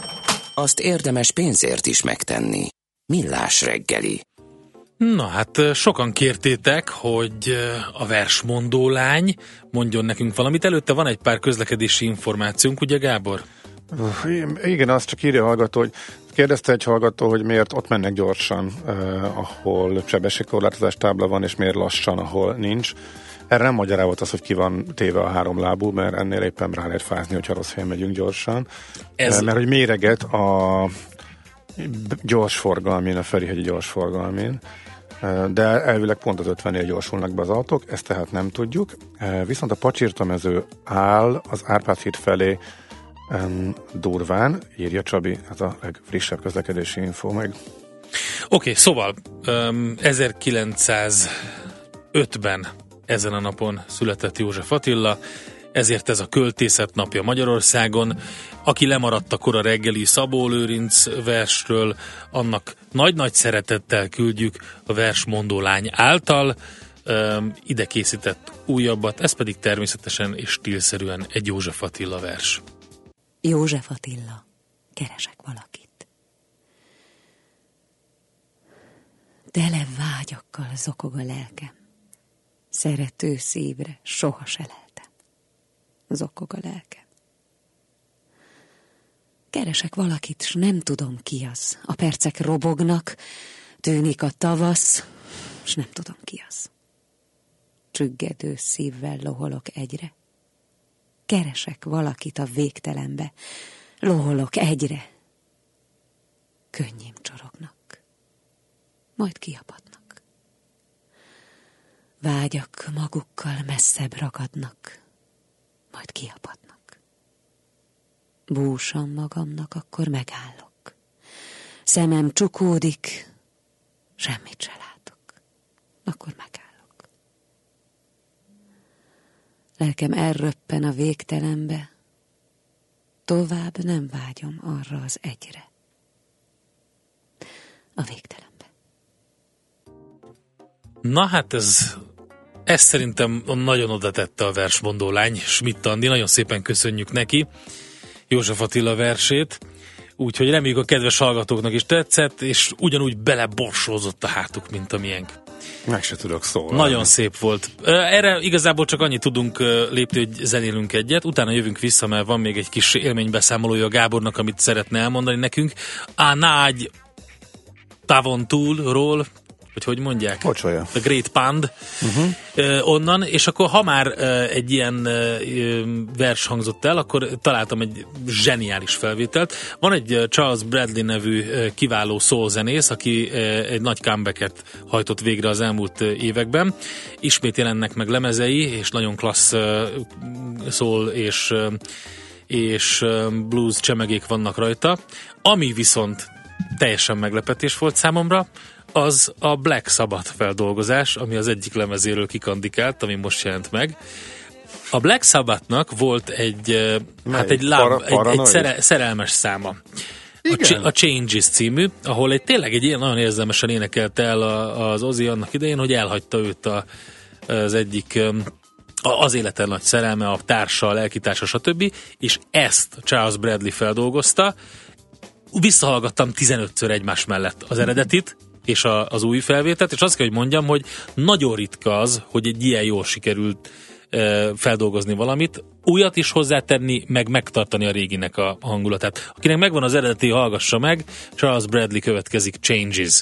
azt érdemes pénzért is megtenni. Millás reggeli. Na hát sokan kértétek, hogy a versmondó lány mondjon nekünk valamit. Előtte van egy pár közlekedési információnk, ugye Gábor? Igen, azt csak írja a hallgató, hogy kérdezte egy hallgató, hogy miért ott mennek gyorsan, eh, ahol sebességkorlátozás tábla van, és miért lassan, ahol nincs. Erre nem magyará volt az, hogy ki van téve a három lábú, mert ennél éppen rá lehet fázni, hogyha rossz helyen megyünk gyorsan. Ez... Mert hogy méreget a gyorsforgalmin, a Ferihegyi gyorsforgalmin, de elvileg pont az ötvennél gyorsulnak be az autók, ezt tehát nem tudjuk. Viszont a Pacsirtamező áll az Árpád híd felé um, durván, írja Csabi, ez a legfrissebb közlekedési info meg. Oké, okay, szóval um, ezerkilencszázötben ezen a napon született József Attila, ezért ez a költészet napja Magyarországon. Aki lemaradt a kora reggeli Szabó Lőrinc versről, annak nagy-nagy szeretettel küldjük a versmondó lány által um, ide készített újabbat, ez pedig természetesen és stílszerűen egy József Attila vers. József Attila, keresek valakit. Tele vágyakkal zokog a lelkem. Szerető szívre soha se leltem. Zokog a lelkem. Keresek valakit, s nem tudom ki az. A percek robognak, tűnik a tavasz, s nem tudom ki az. Csüggedő szívvel loholok egyre. Keresek valakit a végtelenbe, loholok egyre. Könnyim csorognak, majd kiapadnak. Vágyak magukkal messzebb ragadnak, majd kiapadnak. Búsam magamnak, akkor megállok. Szemem csukódik, semmit se látok, akkor megállok. Lelkem elröppen a végtelenbe, tovább nem vágyom arra az egyre. A végtelenbe. Na hát ez, ez szerintem nagyon oda tette a versmondó lány, Schmidt Andi, nagyon szépen köszönjük neki József Attila versét, úgyhogy reméljük a kedves hallgatóknak is tetszett, és ugyanúgy beleborsózott a hátuk, mint a miénk. Meg se tudok szólni. Nagyon szép volt. Erre igazából csak annyit tudunk lépni, hogy zenélünk egyet, utána jövünk vissza, mert van még egy kis élménybeszámolója a Gábornak, amit szeretne elmondani nekünk. A nagy távon túlról, hogy hogy mondják? Pocsolya. The Great Pond, uh-huh. uh, onnan, és akkor ha már uh, egy ilyen uh, vers hangzott el, akkor találtam egy zseniális felvételt. Van egy uh, Charles Bradley nevű uh, kiváló soul-zenész, aki uh, egy nagy comebacket hajtott végre az elmúlt uh, években. Ismét jelennek meg lemezei, és nagyon klassz uh, soul és, uh, és uh, blues csemegék vannak rajta. Ami viszont teljesen meglepetés volt számomra, az a Black Sabbath feldolgozás, ami az egyik lemezéről kikandikált, ami most jelent meg. A Black Sabbathnak volt egy, hát egy, láb, egy, egy szere, szerelmes száma. A, Ch- a Changes című, ahol egy tényleg egy ilyen nagyon érzelmesen énekelte el a, az Ozzy annak idején, hogy elhagyta őt a, az egyik az élete nagy szerelme, a társa, a lelkitársa, stb. És ezt Charles Bradley feldolgozta. Visszahallgattam tizenötször egymás mellett az eredetit, és a, az új felvételt, és azt kell, hogy mondjam, hogy nagyon ritka az, hogy egy ilyen jól sikerült e, feldolgozni valamit, újat is hozzátenni, meg megtartani a réginek a hangulatát. Akinek megvan az eredeti, hallgassa meg, Charles Bradley következik, Changes.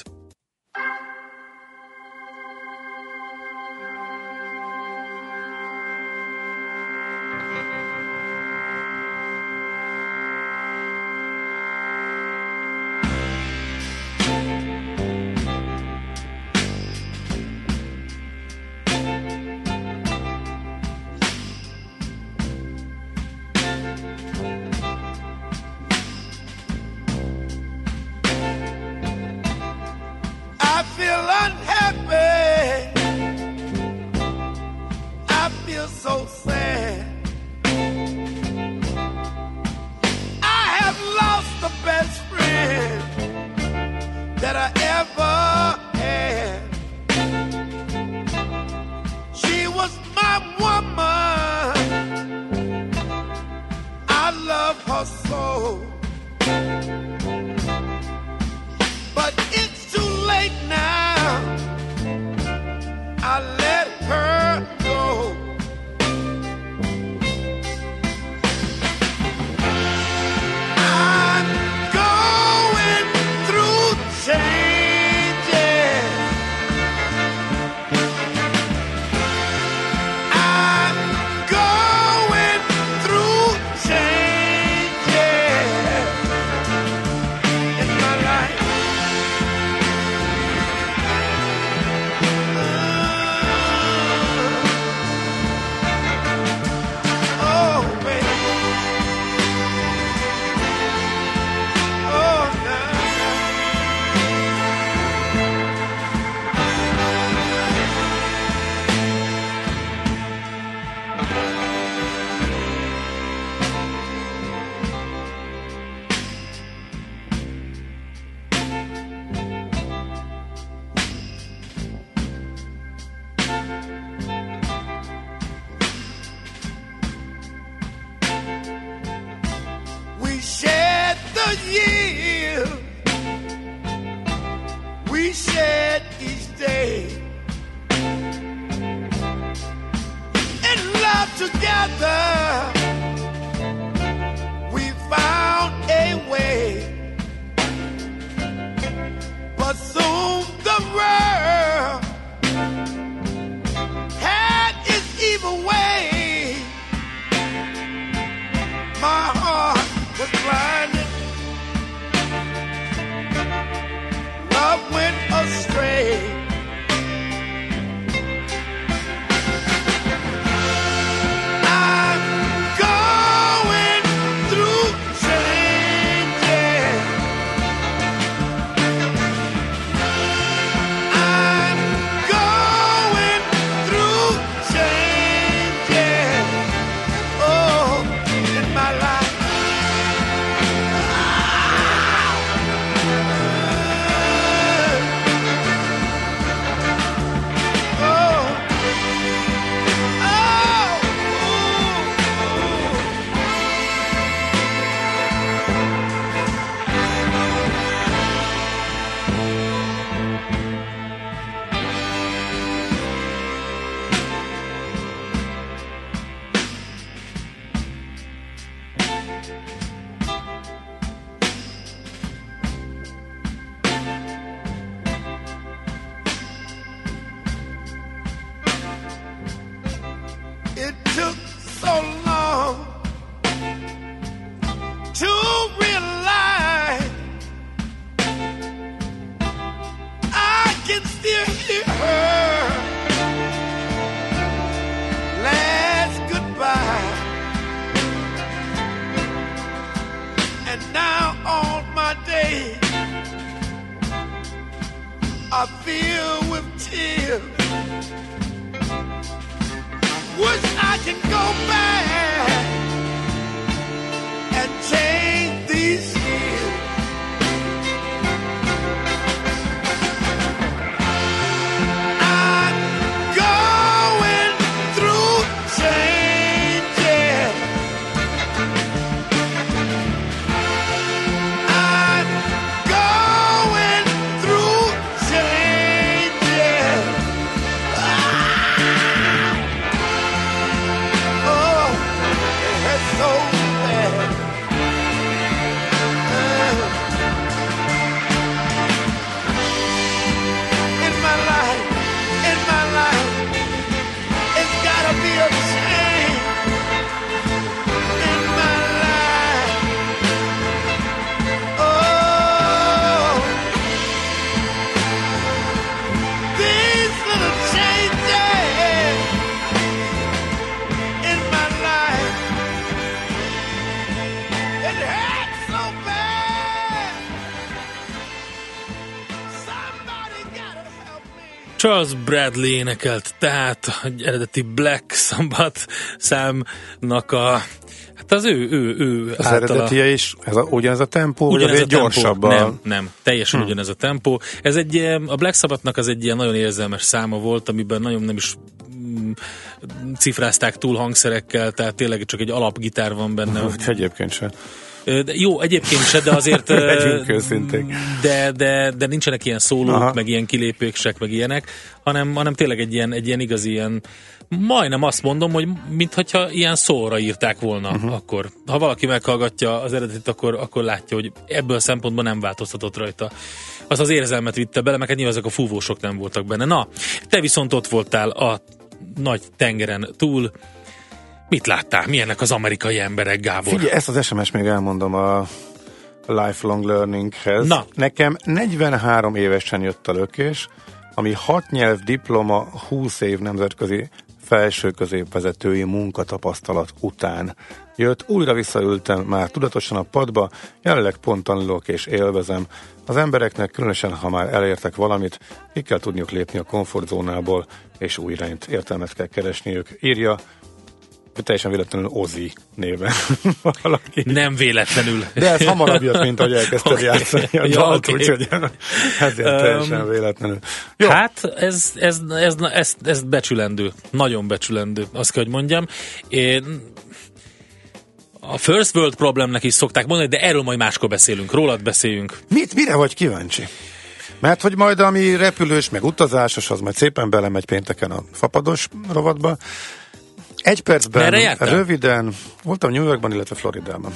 together we found a way, but soon the world had its evil way. My heart was blinded, love went astray. I feel with tears. Wish I could go back and change these years. I'm going through changes. I'm going through changes. Ah! Oh, it hurts so bad. Uh, in my life, in my life, it's gotta be a change. In my life, oh, these little changes in my life, it hurts so bad. Somebody gotta help me. Charles Bradley énekelt tehát egy eredeti Black Sabbath számnak a, hát az ő, ő, ő Az általa- eredetie is, ez a, ugyanez a tempó, vagy Ugyanez egy a tempó. gyorsabb a... Nem, nem, teljesen Hm. ugyanez a tempó. Ez egy, ilyen- a Black Sabbathnak az egy ilyen nagyon érzelmes száma volt, amiben nagyon nem is mm, cifrázták túl hangszerekkel, tehát tényleg csak egy alapgitár van benne. Úgy egyébként sem. Ö, De jó, egyébként se, de azért ö, Legyünk őszinték. de, de, de nincsenek ilyen szólók, Aha. meg ilyen kilépések, meg ilyenek, hanem, hanem tényleg egy ilyen, egy ilyen igazi ilyen, majdnem azt mondom, hogy mintha ilyen szóra írták volna uh-huh. akkor. Ha valaki meghallgatja az eredetit, akkor, akkor látja, hogy ebből a szempontból nem változtatott rajta. Az az érzelmet vitte bele, meg hát nyilván ezek a fúvósok nem voltak benne. Na, te viszont ott voltál a nagy tengeren túl. Mit láttál? Milyenek az amerikai emberek, Gábor? Figyelj, ezt az es em es még elmondom a lifelong learninghez. Na. Nekem negyvenhárom évesen jött a lökés, ami hat nyelv diploma, húsz év nemzetközi felső középvezetői munkatapasztalat után jött. Újra visszaültem már tudatosan a padba, jelenleg pont tanulok és élvezem. Az embereknek, különösen ha már elértek valamit, ki kell tudniuk lépni a komfortzónából, és új irányt, értelmet kell keresniük. Írja teljesen véletlenül Ozzy néven valaki. Nem véletlenül. De ez hamarabb jött, mint ahogy elkezdted okay. játszani a Ja, dalt, okay. úgyhogy ezért Um, teljesen véletlenül. Jó. Hát ez, ez, ez, ez, ez becsülendő. Nagyon becsülendő, azt kell, hogy mondjam. Én a first world problemnek is szokták mondani, de erről majd máskor beszélünk. Rólad beszéljünk. Mit, mire vagy kíváncsi? Mert hogy majd ami repülős, meg utazásos, az majd szépen belemegy pénteken a fapados rovatba. Egy percben, Merre jártál? röviden, voltam New Yorkban, illetve Floridában.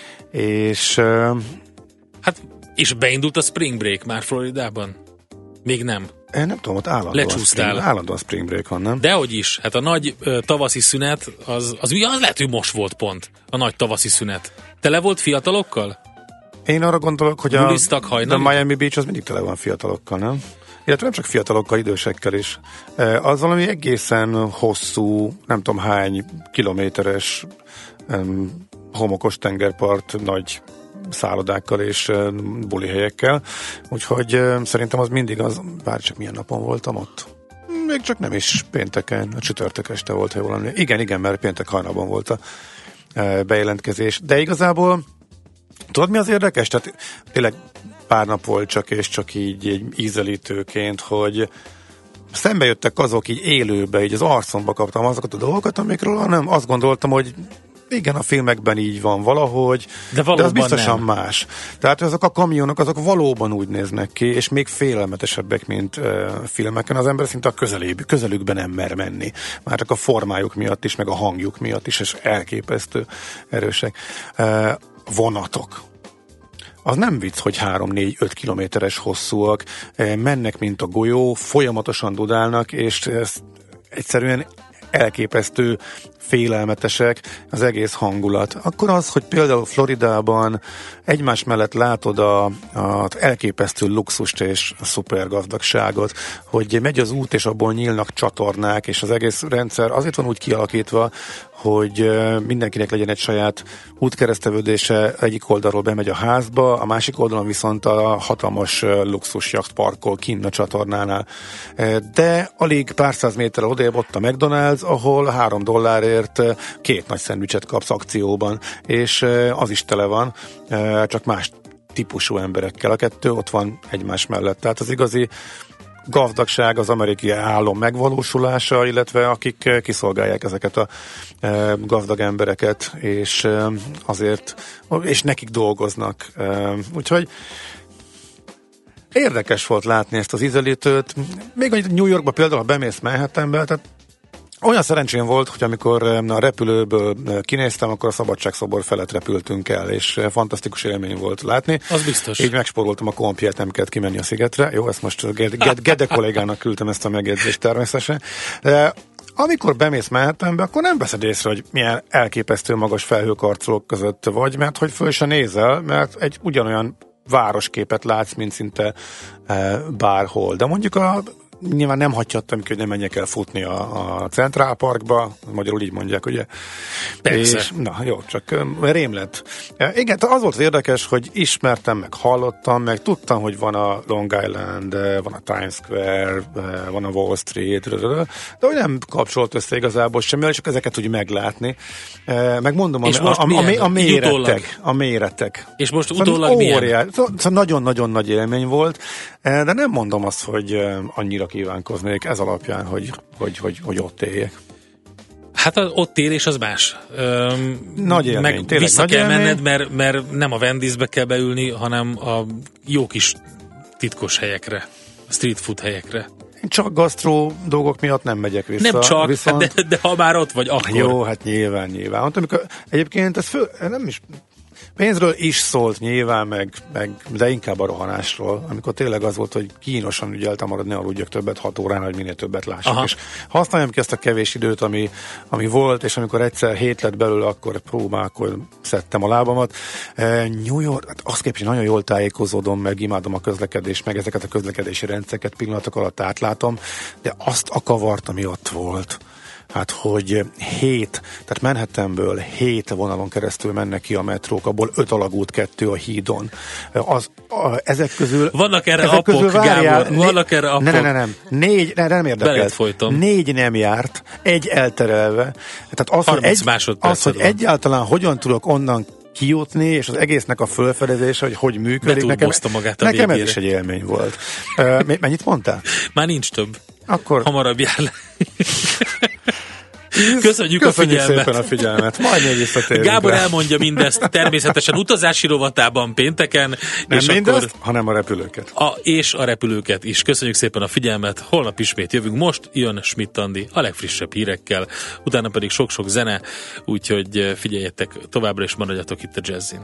És... Uh, hát, és beindult a Spring Break már Floridában? Még nem. Én nem tudom, ott állandóan spring, állandóan spring break van, nem? Dehogy is. Hát a nagy ö, tavaszi szünet, az, az, az lehet, hogy most volt pont. A nagy tavaszi szünet. Tele volt fiatalokkal? Én arra gondolok, hogy a, a Miami Beach az mindig tele van fiatalokkal, nem? Illetve nem csak fiatalokkal, idősekkel is. Az valami egészen hosszú, nem tudom hány kilométeres um, homokos tengerpart, nagy szállodákkal és uh, bulihelyekkel. Úgyhogy uh, szerintem az mindig az, bár csak milyen napon voltam ott. Még csak nem is pénteken, a csütörtök este volt, ha jól emlékszem. Igen, igen, mert péntek hajnalban volt a uh, bejelentkezés. De igazából tudod, mi az érdekes? Tehát tényleg pár nap volt csak, és csak így, így ízelítőként, hogy szembe jöttek azok így élőbe, így az arcomba kaptam azokat a dolgokat, amikről nem azt gondoltam, hogy igen, a filmekben így van valahogy, de, de az biztosan nem. Más. Tehát azok a kamionok, azok valóban úgy néznek ki, és még félelmetesebbek, mint uh, filmeken. Az ember szinte a közelébb, közelükben nem mer menni. Már csak a formájuk miatt is, meg a hangjuk miatt is, és elképesztő erősek. Uh, vonatok. Az nem vicc, hogy három négy öt kilométeres hosszúak, mennek, mint a golyó, folyamatosan dudálnak, és ez egyszerűen elképesztő, félelmetesek az egész hangulat. Akkor az, hogy például Floridában egymás mellett látod a, a elképesztő luxust és a szupergazdagságot, hogy megy az út, és abból nyílnak csatornák, és az egész rendszer azért van úgy kialakítva, hogy mindenkinek legyen egy saját útkeresztevődése, egyik oldalról bemegy a házba, a másik oldalon viszont a hatalmas luxus jacht parkol kinn a csatornánál. De alig pár száz méterre odébb ott a McDonald's, ahol három dollárért két nagy szendvicset kapsz akcióban, és az is tele van, csak más típusú emberekkel. A kettő ott van egymás mellett. Tehát az igazi gazdagság az amerikai álom megvalósulása, illetve akik kiszolgálják ezeket a e, gazdag embereket, és e, azért, és nekik dolgoznak. E, úgyhogy érdekes volt látni ezt az ízelítőt. Még New Yorkba például, ha bemész Manhattanbe, tehát olyan szerencsém volt, hogy amikor a repülőből kinéztem, akkor a szabadságszobor felett repültünk el, és fantasztikus élmény volt látni. Az biztos. Így megspóroltam a kompját, nem kellett kimenni a szigetre. Jó, ezt most Gede, Gede kollégának küldtem ezt a megjegyzést természetesen. De amikor bemész Manhattanbe, akkor nem veszed észre, hogy milyen elképesztő magas felhőkarcolók között vagy, mert hogy föl se nézel, mert egy ugyanolyan városképet látsz, mint szinte e, bárhol. De mondjuk a nyilván nem hagyhattam, hogy nem menjek el futni a, a Central Parkba, magyarul így mondják, ugye? Persze. És, na jó, csak rém lett. Igen, az volt az érdekes, hogy ismertem, meg hallottam, meg tudtam, hogy van a Long Island, van a Times Square, van a Wall Street, de hogy nem kapcsolt össze igazából semmivel, csak ezeket úgy meglátni. Meg mondom, a, a, a, a, a méretek. A méretek. És most utólag milyen? Szóval nagyon-nagyon nagy élmény volt, de nem mondom azt, hogy annyira kívánkoznék ez alapján, hogy, hogy, hogy, hogy ott éljek. Hát az ott élés az más. Öm, nagy élmény, meg tényleg vissza nagy kell élmény. menned, mert, mert nem a Wendy'sbe kell beülni, hanem a jó kis titkos helyekre, a street food helyekre. Én csak gasztró dolgok miatt nem megyek vissza. Nem csak, viszont... de, de ha már ott vagy, akkor. Jó, hát nyilván, nyilván. Mondtam, amikor, egyébként ez föl, nem is... Pénzről is szólt nyilván, meg, meg, de inkább a rohanásról, amikor tényleg az volt, hogy kínosan ügyeltem arra, ne aludjak többet hat órán, hogy minél többet lássak. Aha. És használjam ki ezt a kevés időt, ami, ami volt, és amikor egyszer hét lett belőle, akkor próbálkor szedtem a lábamat. E, New York, hát azt képest, nagyon jól tájékozódom, meg imádom a közlekedést, meg ezeket a közlekedési rendszereket pillanatok alatt átlátom, de azt a kavart, ami ott volt. Hát, hogy hét, tehát Manhattanből hét vonalon keresztül mennek ki a metrók, abból öt alagút, kettő a hídon. Az, a, ezek közül... Vannak erre ezek appok, közül, várjál, Gábor, vannak erre appok. Ne, ne, ne, nem. Négy, ne, nem érdekelt. Négy nem járt, egy elterelve. Tehát az, hogy, egy, az, hogy egyáltalán hogyan tudok onnan kijutni, és az egésznek a fölfedezése, hogy hogy működik. Nekem, magát a nekem ez is egy élmény volt. Uh, mennyit mondtál? Már nincs több. Akkor... Hamarabb jár le. tíz. Köszönjük, Köszönjük a figyelmet. szépen a figyelmet. Majd még visszatérünk Gábor rá. elmondja mindezt természetesen utazási rovatában pénteken. Nem és mindezt, akkor hanem a repülőket. a, és a repülőket is. Köszönjük szépen a figyelmet. Holnap ismét jövünk. Most jön Schmidt Andi a legfrissebb hírekkel. Utána pedig sok-sok zene. Úgyhogy figyeljetek továbbra is, maradjatok itt a Jazzin.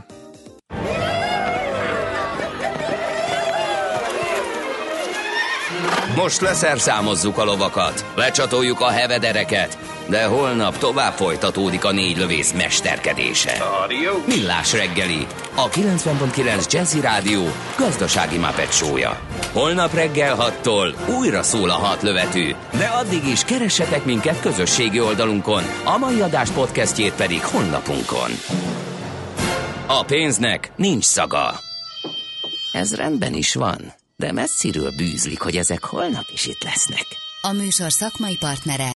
Most leszerszámozzuk a lovakat, lecsatoljuk a hevedereket, de holnap tovább folytatódik a négy lövész mesterkedése. Millás reggeli, a kilencven pont kilenc Jazzy Rádió gazdasági Muppet show-ja. Holnap reggel hattól újra szól a hat lövetű, de addig is keressetek minket közösségi oldalunkon, a mai adás podcastjét pedig honlapunkon. A pénznek nincs szaga. Ez rendben is van, de messziről bűzlik, hogy ezek holnap is itt lesznek. A műsor szakmai partnere